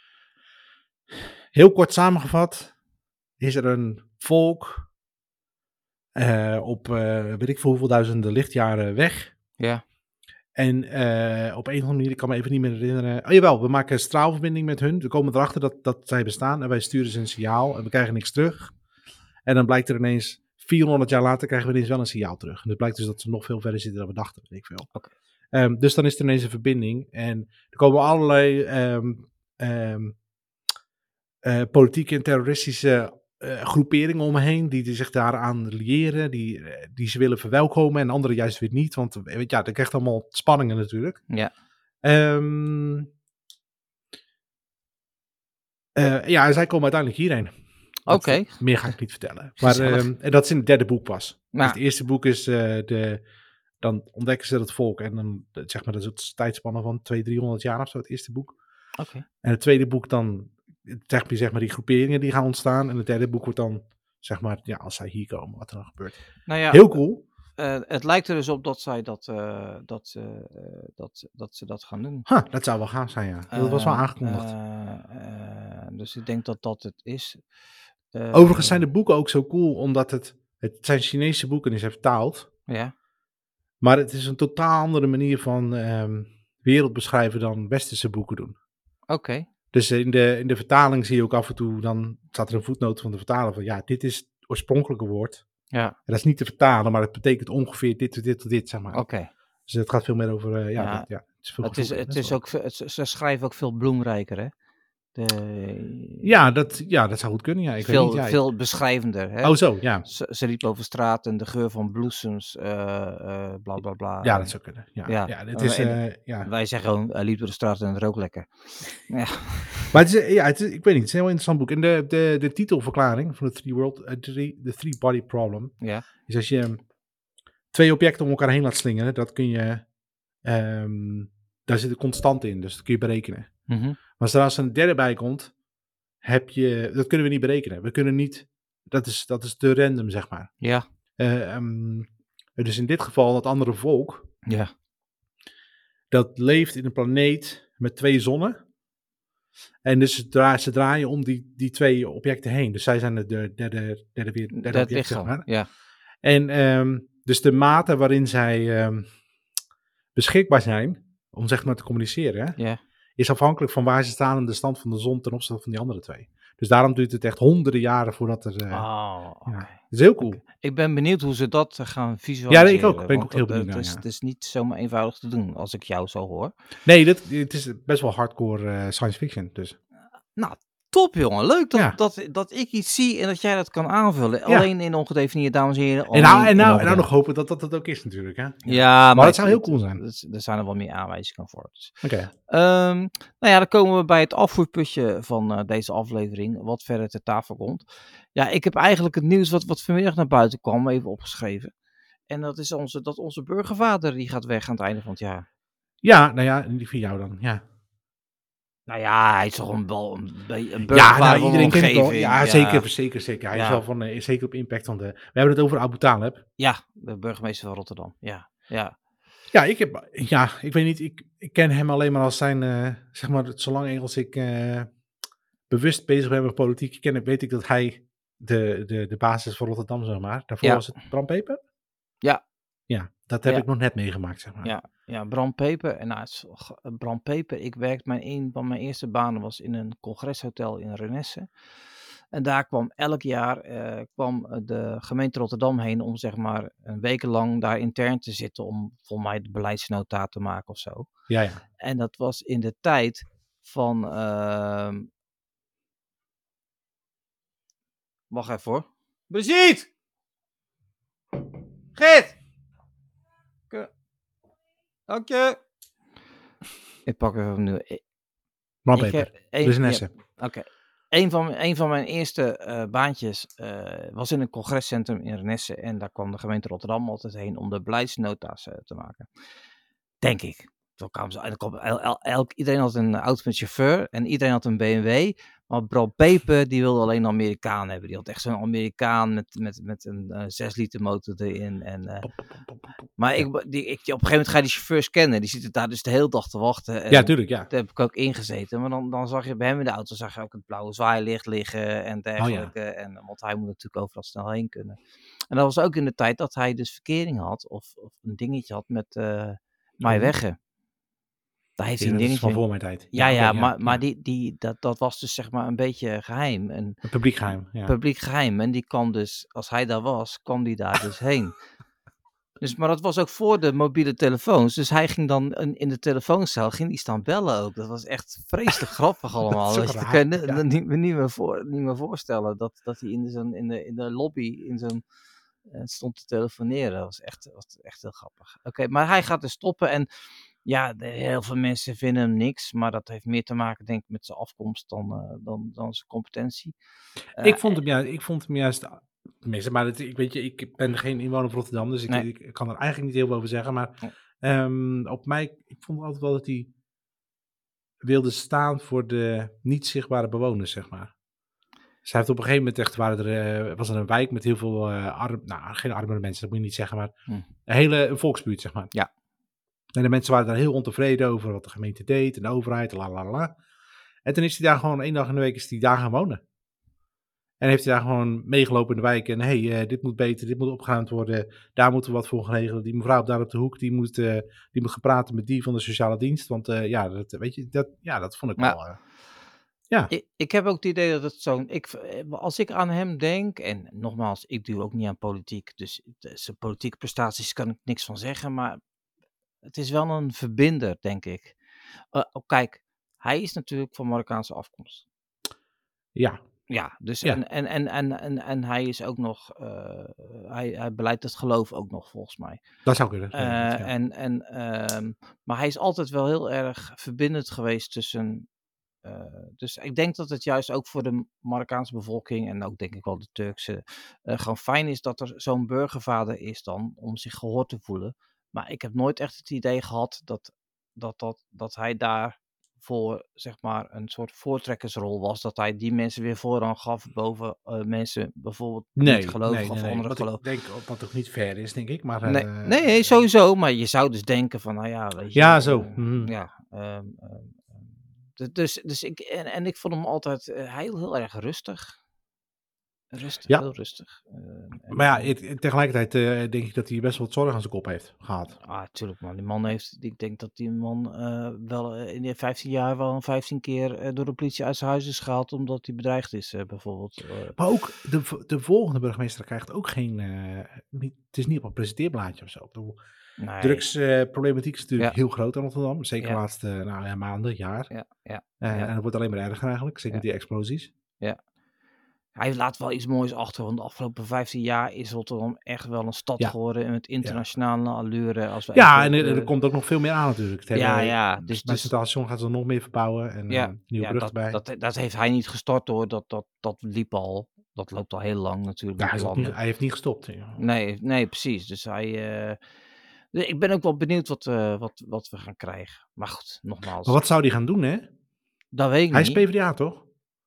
heel kort samengevat, is er een volk... Uh, op uh, weet ik veel hoeveel duizenden lichtjaren weg. Ja. En uh, op een of andere manier, ik kan me even niet meer herinneren. Oh jawel, we maken een straalverbinding met hun. We komen erachter dat, dat zij bestaan en wij sturen ze een signaal en we krijgen niks terug. En dan blijkt er ineens, vierhonderd jaar later krijgen we ineens wel een signaal terug. En het blijkt dus dat ze nog veel verder zitten dan we dachten, weet ik veel. Okay. Um, dus dan is er ineens een verbinding. En er komen allerlei um, um, uh, politieke en terroristische Uh, groeperingen om me heen, die, die zich daaraan liëren, die, uh, die ze willen verwelkomen en anderen juist weer niet, want weet ja, dat krijgt allemaal spanningen natuurlijk. Ja. Um, uh, ja, en zij komen uiteindelijk hierheen. Oké. Okay. Meer ga ik niet vertellen. Maar, um, en dat is in het derde boek pas. Nou. Dus het eerste boek is, uh, de, dan ontdekken ze het volk en dan, zeg maar, dat is het tijdspannen van tweehonderd, driehonderd jaar of zo, het eerste boek. Oké. Okay. En het tweede boek dan zeg maar, zeg maar die groeperingen die gaan ontstaan. En het derde boek wordt dan, zeg maar, ja, als zij hier komen, wat er dan gebeurt. Nou ja, heel cool. Uh, het lijkt er dus op dat zij dat, uh, dat, uh, dat, dat ze dat gaan doen. Huh, dat zou wel gaaf zijn, ja. Dat uh, was wel aangekondigd. Uh, uh, dus ik denk dat dat het is. Uh, Overigens zijn de boeken ook zo cool, omdat het, het zijn Chinese boeken die zijn vertaald. Ja. Maar het is een totaal andere manier van um, wereld beschrijven dan westerse boeken doen. Oké. Okay. Dus in de, in de vertaling zie je ook af en toe, dan staat er een voetnoot van de vertaler van, ja, dit is het oorspronkelijke woord. Ja. En dat is niet te vertalen, maar het betekent ongeveer dit of dit of dit, zeg maar. Oké. Okay. Dus het gaat veel meer over, uh, ja, ja. Dat, ja, het is, veel het is, het is ook, het, ze schrijven ook veel bloemrijker, hè? De... Ja, dat, ja, dat zou goed kunnen, ja. Ik veel, weet niet, ja, veel ik... beschrijvender, hè? Oh zo, ja. Ze, ze liep over straat en de geur van bloesems, uh, uh, bla bla bla. Ja, dat zou kunnen, ja. ja. ja, het is, uh, ja. Wij zeggen gewoon, hij liep door de straat en het rook lekker. Ja. Maar het is, ja, het is, ik weet niet, het is een heel interessant boek. En de, de, de titelverklaring van de Three World, uh, three, the Three Body Problem, ja. is als je twee objecten om elkaar heen laat slingeren, dat kun je, um, daar zit een constant in, dus dat kun je berekenen. Mm-hmm. Maar als er als een derde bij komt, heb je, dat kunnen we niet berekenen. We kunnen niet, dat is, dat is te random, zeg maar. Ja. Uh, um, dus in dit geval, dat andere volk, ja. dat leeft in een planeet met twee zonnen. En dus ze, dra- ze draaien om die, die twee objecten heen. Dus zij zijn de derde, derde, derde, derde, derde dat object, zeg maar. Ja. En um, dus de mate waarin zij um, beschikbaar zijn om zeg maar te communiceren, ja. is afhankelijk van waar ze staan in de stand van de zon ten opzichte van die andere twee. Dus daarom duurt het echt honderden jaren voordat er... Uh, oh, okay. ja, dat is heel cool. Okay. Ik ben benieuwd hoe ze dat gaan visualiseren. Ja, ik ook. Ben ik ook heel benieuwd naar, naar, ja. ja. Het is niet zomaar eenvoudig te doen, als ik jou zo hoor. Nee, dit, het is best wel hardcore uh, science fiction, dus... Nou, top jongen. Leuk dat, ja. dat, dat ik iets zie en dat jij dat kan aanvullen. Ja. Alleen in ongedefinieerd, dames en heren. En nou, en, nou, en nou nog hopen dat dat het ook is natuurlijk, hè? Ja, ja maar, maar het zou heel cool zijn. Het, er zijn er wel meer aanwijzingen voor. Dus. Oké. Okay. Um, nou ja, dan komen we bij het afvoerputje van uh, deze aflevering, wat verder ter tafel komt. Ja, ik heb eigenlijk het nieuws wat, wat vanmiddag naar buiten kwam even opgeschreven. En dat is onze, dat onze burgervader, die gaat weg aan het einde van het jaar. Ja, nou ja, die voor jou dan, ja. Nou ja, hij is toch een, wel een, een burgervader ja, nou, iedereen van kent wel. Ja, ja, zeker, zeker, zeker. Hij ja. is wel van, uh, zeker op impact van de... We hebben het over Abu Talib. Ja, de burgemeester van Rotterdam, ja, ja. Ja, ik heb, ja, ik weet niet, ik, ik ken hem alleen maar als zijn, uh, zeg maar, zolang als ik uh, bewust bezig ben met politiek ken, weet ik dat hij de, de, de basis van Rotterdam, zeg maar. Daarvoor ja. was het Bram Peper? Ja. Ja, dat heb ja. ik nog net meegemaakt, zeg maar. Ja, ja Bram Peper, en nou, Bram Peper, ik werkte, mijn, een van mijn eerste banen was in een congreshotel in Renesse. En daar kwam elk jaar uh, kwam de gemeente Rotterdam heen om zeg maar een weken lang daar intern te zitten om volgens mij de beleidsnota te maken of zo. Ja, ja. En dat was in de tijd van... Uh... Wacht even hoor. Brigitte! Gert! Dank je. Ik pak even nu. Bram Peper, dus in Essen. Oké. Okay. Een van, een van mijn eerste uh, baantjes uh, was in een congrescentrum in Renesse. En daar kwam de gemeente Rotterdam altijd heen om de beleidsnota's uh, te maken. Denk ik. Toen kwamen ze, en dan kwam el, el, el, iedereen had een auto met chauffeur en iedereen had een B M W. Maar Bram Peper, die wilde alleen een Amerikaan hebben. Die had echt zo'n Amerikaan met, met, met een uh, zes liter motor erin. En, uh, maar ik, die, ik, op een gegeven moment ga je die chauffeurs kennen. Die zitten daar dus de hele dag te wachten. En ja, tuurlijk, ja. Daar heb ik ook ingezeten. Maar dan, dan zag je bij hem in de auto zag je ook het blauwe zwaailicht liggen en dergelijke. Oh, ja. En, want hij moet natuurlijk overal snel heen kunnen. En dat was ook in de tijd dat hij dus verkering had. Of, of een dingetje had met uh, Maaiwegge. Daar heeft ja, hij een dingetje van voor mijn tijd. Ja, ja, okay, maar, ja, maar ja. Die, die, dat, dat was dus zeg maar een beetje geheim. Een, een publiek geheim. Ja. Publiek geheim. En die kwam dus, als hij daar was, kwam die daar dus heen. Dus, maar dat was ook voor de mobiele telefoons. Dus hij ging dan in, in de telefooncel, ging die staan bellen ook. Dat was echt vreselijk grappig allemaal. Dat, dat kan je ja. niet, niet, meer voor, niet meer voorstellen. Dat, dat hij in de, in de, in de lobby in zo'n, uh, stond te telefoneren. Dat was echt, was echt heel grappig. Oké, okay, maar hij gaat dus stoppen en... Ja, de, heel veel mensen vinden hem niks, maar dat heeft meer te maken, denk ik, met zijn afkomst dan, uh, dan, dan zijn competentie. Uh, ik, vond hem, ja, ik vond hem juist, tenminste, maar het, ik, weet je, ik ben geen inwoner van Rotterdam, dus ik, nee. ik, ik kan er eigenlijk niet heel veel over zeggen, maar um, op mij, ik vond altijd wel dat hij wilde staan voor de niet zichtbare bewoners, zeg maar. Dus hij heeft op een gegeven moment echt, waren er, uh, was er een wijk met heel veel, uh, arm, nou, geen armere mensen, dat moet je niet zeggen, maar hm. een hele een volksbuurt, zeg maar. Ja. En de mensen waren daar heel ontevreden over wat de gemeente deed en de overheid, la la la. En toen is hij daar gewoon één dag in de week is hij daar gaan wonen. En heeft hij daar gewoon meegelopen in de wijk. En hé, hey, uh, dit moet beter, dit moet opgeruimd worden. Daar moeten we wat voor gaan regelen. Die mevrouw daar op de hoek, die moet, uh, die moet gaan praten met die van de sociale dienst. Want uh, ja, dat, weet je, dat, ja, dat vond ik Maar, wel... Uh, ja. Ik, ik heb ook het idee dat het zo'n... Ik, als ik aan hem denk... En nogmaals, ik doe ook niet aan politiek. Dus zijn politieke prestaties kan ik niks van zeggen. Maar het is wel een verbinder, denk ik. Uh, kijk, hij is natuurlijk van Marokkaanse afkomst. Ja. Ja, dus ja. En, en, en, en, en, en hij is ook nog... Uh, hij, hij beleidt het geloof ook nog, volgens mij. Dat zou kunnen. Uh, ja. en, en, uh, maar hij is altijd wel heel erg verbindend geweest tussen... Uh, dus ik denk dat het juist ook voor de Marokkaanse bevolking en ook denk ik wel de Turkse uh, gewoon fijn is dat er zo'n burgervader is dan om zich gehoord te voelen. Maar ik heb nooit echt het idee gehad dat, dat, dat, dat hij daar voor zeg maar een soort voortrekkersrol was. Dat hij die mensen weer voorrang gaf boven uh, mensen bijvoorbeeld nee, niet geloven nee, nee, of nee. andere wat geloof. Ik denk wat toch niet fair is, denk ik. Maar, uh, nee, nee, sowieso. Maar je zou dus denken van nou ja, weet je. Ja, zo. Uh, mm-hmm. Ja, um, um, Dus, dus ik, en, en ik vond hem altijd uh, heel, heel erg rustig. Rustig, ja. heel rustig. Uh, en, maar ja, het, tegelijkertijd uh, denk ik dat hij best wel wat zorg aan zijn kop heeft gehad. Ah, tuurlijk man. Die man heeft, ik denk dat die man uh, wel uh, in die vijftien jaar wel vijftien keer uh, door de politie uit zijn huis is gehaald omdat hij bedreigd is, uh, bijvoorbeeld. Uh. Maar ook de, de volgende burgemeester krijgt ook geen, uh, niet, het is niet op een presenteerblaadje of zo. Nee. Drugsproblematiek uh, is natuurlijk ja. heel groot in Rotterdam. Zeker ja. de laatste nou, ja, maanden, jaar. Ja, ja, uh, ja. En het wordt alleen maar erger eigenlijk. Zeker ja. met die explosies. Ja. Hij laat wel iets moois achter, want de afgelopen vijftien jaar is Rotterdam echt wel een stad ja. geworden met internationale ja. allure. Als we ja, en er, er komt ook nog veel meer aan natuurlijk. Het ja, hele, ja. Dus, bij het Centraal Station gaat ze nog meer verbouwen en ja, uh, nieuwe ja, brug dat, erbij. Dat, dat heeft hij niet gestart hoor, dat, dat, dat liep al. Dat loopt al heel lang natuurlijk. Ja, hij, niet, hij heeft niet gestopt. Ja. Nee, nee, precies. Dus hij... Uh, ik ben ook wel benieuwd wat, uh, wat, wat we gaan krijgen. Maar goed, nogmaals. Maar wat zou hij gaan doen, hè? Dat weet ik hij niet. Hij is P v d A, toch?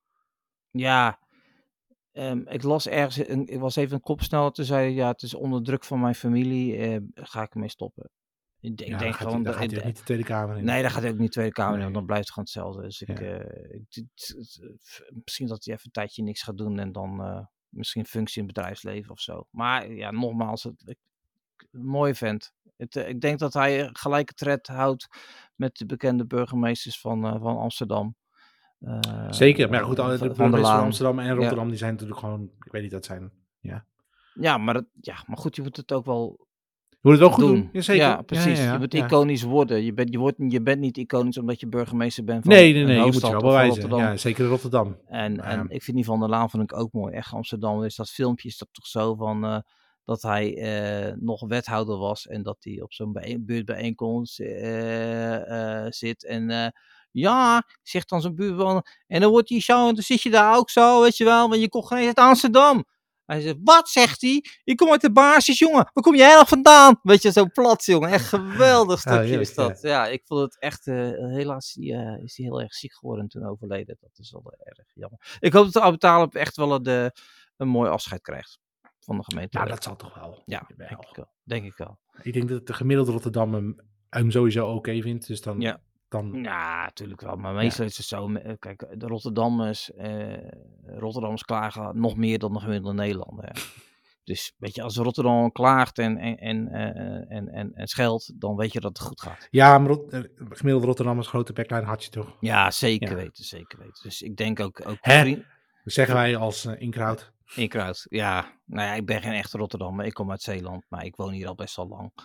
Ja. Um, ik las ergens, een, ik was even een kop sneller, toen zei ja, het is onder druk van mijn familie, uh, ga ik ermee stoppen. Ik, ja, ik denk gewoon... Dan gaat hij ook niet de Tweede Kamer in. Nee, daar gaat hij ook niet de Tweede Kamer in, nee. Dan blijft het gewoon hetzelfde. Dus ik, ja. uh, ik, het, het, misschien dat hij even een tijdje niks gaat doen en dan uh, misschien functie in het bedrijfsleven of zo. Maar ja, nogmaals, het, ik, een mooie vent. Het, uh, ik denk dat hij gelijke tred houdt met de bekende burgemeesters van, uh, van Amsterdam. Uh, Zeker, maar goed, de, de burgemeesters van Amsterdam en Rotterdam, ja. Die zijn natuurlijk gewoon, ik weet niet wat zijn, ja. Ja, maar, het, ja, maar goed, je moet het ook wel Je moet het wel goed doen. doen, ja, zeker. Ja, precies. Ja, ja, ja. Je moet ja. iconisch worden. Je bent, je, wordt, je bent niet iconisch omdat je burgemeester bent van nee, nee, nee, een je moet je wel bewijzen. Ja, zeker in Rotterdam. En, ja. en ik vind die Van der Laan vond ik ook mooi. Echt Amsterdam is dat filmpje is dat toch zo van uh, dat hij uh, nog wethouder was en dat hij op zo'n bijeen, buurtbijeenkomst uh, uh, zit en uh, ja, zegt dan zo'n buurtbewoner en dan wordt hij zo en dan zit je daar ook zo, weet je wel, want je komt geen uit Amsterdam. Hij zegt, wat zegt hij? Ik kom uit de basis, jongen. Waar kom jij nog vandaan? Weet je, zo plat, jongen. Echt geweldig stukje oh, is dat. Ja. ja, ik vond het echt... Uh, helaas uh, is hij heel erg ziek geworden en toen overleden. Dat is wel erg jammer. Ik hoop dat de Abu Talib echt wel de, een mooi afscheid krijgt van de gemeente. Nou, dat zal toch wel. Ja, denk ik wel. Denk ik wel. Ik denk dat de gemiddelde Rotterdam hem, hem sowieso oké okay vindt. Dus dan... Ja. Dan... Ja, natuurlijk wel. Maar meestal ja. is het zo. Kijk, de Rotterdammers, uh, Rotterdammers klagen nog meer dan de gemiddelde Nederlander. Ja. Dus weet je, als Rotterdam klaagt en, en, en, uh, en, en, en scheldt, dan weet je dat het goed gaat. Ja, maar Rot- gemiddelde Rotterdammers, grote bek, klein hartje toch? Ja, zeker ja. weten, zeker weten. Dus ik denk ook... ook Hè? Vriend... Dat zeggen wij als uh, Inkruid. Inkruid, ja. Nou ja, ik ben geen echte Rotterdammer. Ik kom uit Zeeland, maar ik woon hier al best wel lang.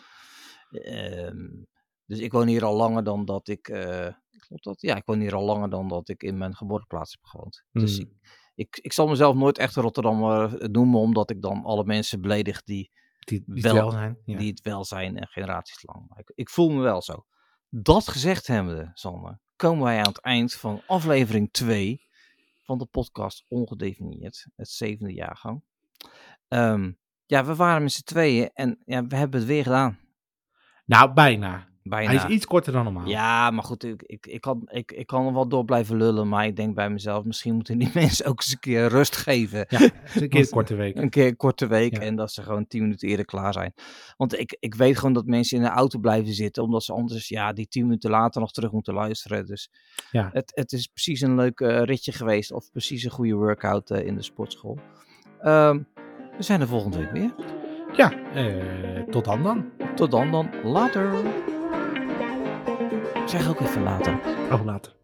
Um, Dus ik woon hier al langer dan dat ik... Uh, klopt dat? Ja, ik woon hier al langer dan dat ik in mijn geboorteplaats heb gewoond. Mm. Dus ik, ik, ik zal mezelf nooit echt een Rotterdammer noemen, omdat ik dan alle mensen beledig die, die, die, wel, het, wel zijn. Ja. die het wel zijn en generaties lang. Maar ik, ik voel me wel zo. Dat gezegd hebbende, Sander, komen wij aan het eind van aflevering twee van de podcast Ongedefinieerd, het zevende jaargang. Um, ja, we waren met z'n tweeën en ja, we hebben het weer gedaan. Nou, bijna. Bijna. Hij is iets korter dan normaal. Ja, maar goed, ik, ik, ik, kan, ik, ik kan er wel door blijven lullen, maar ik denk bij mezelf, misschien moeten die mensen ook eens een keer rust geven. Ja, het is een keer een korte week. Een keer een korte week Ja. en dat ze gewoon tien minuten eerder klaar zijn. Want ik, ik weet gewoon dat mensen in de auto blijven zitten, omdat ze anders ja, die tien minuten later nog terug moeten luisteren. Dus Ja. het, het is precies een leuk uh, ritje geweest of precies een goede workout uh, in de sportschool. Um, we zijn er volgende week weer. Ja, uh, tot dan dan. Tot dan dan. Later. Zeg ook even later. Oh, later.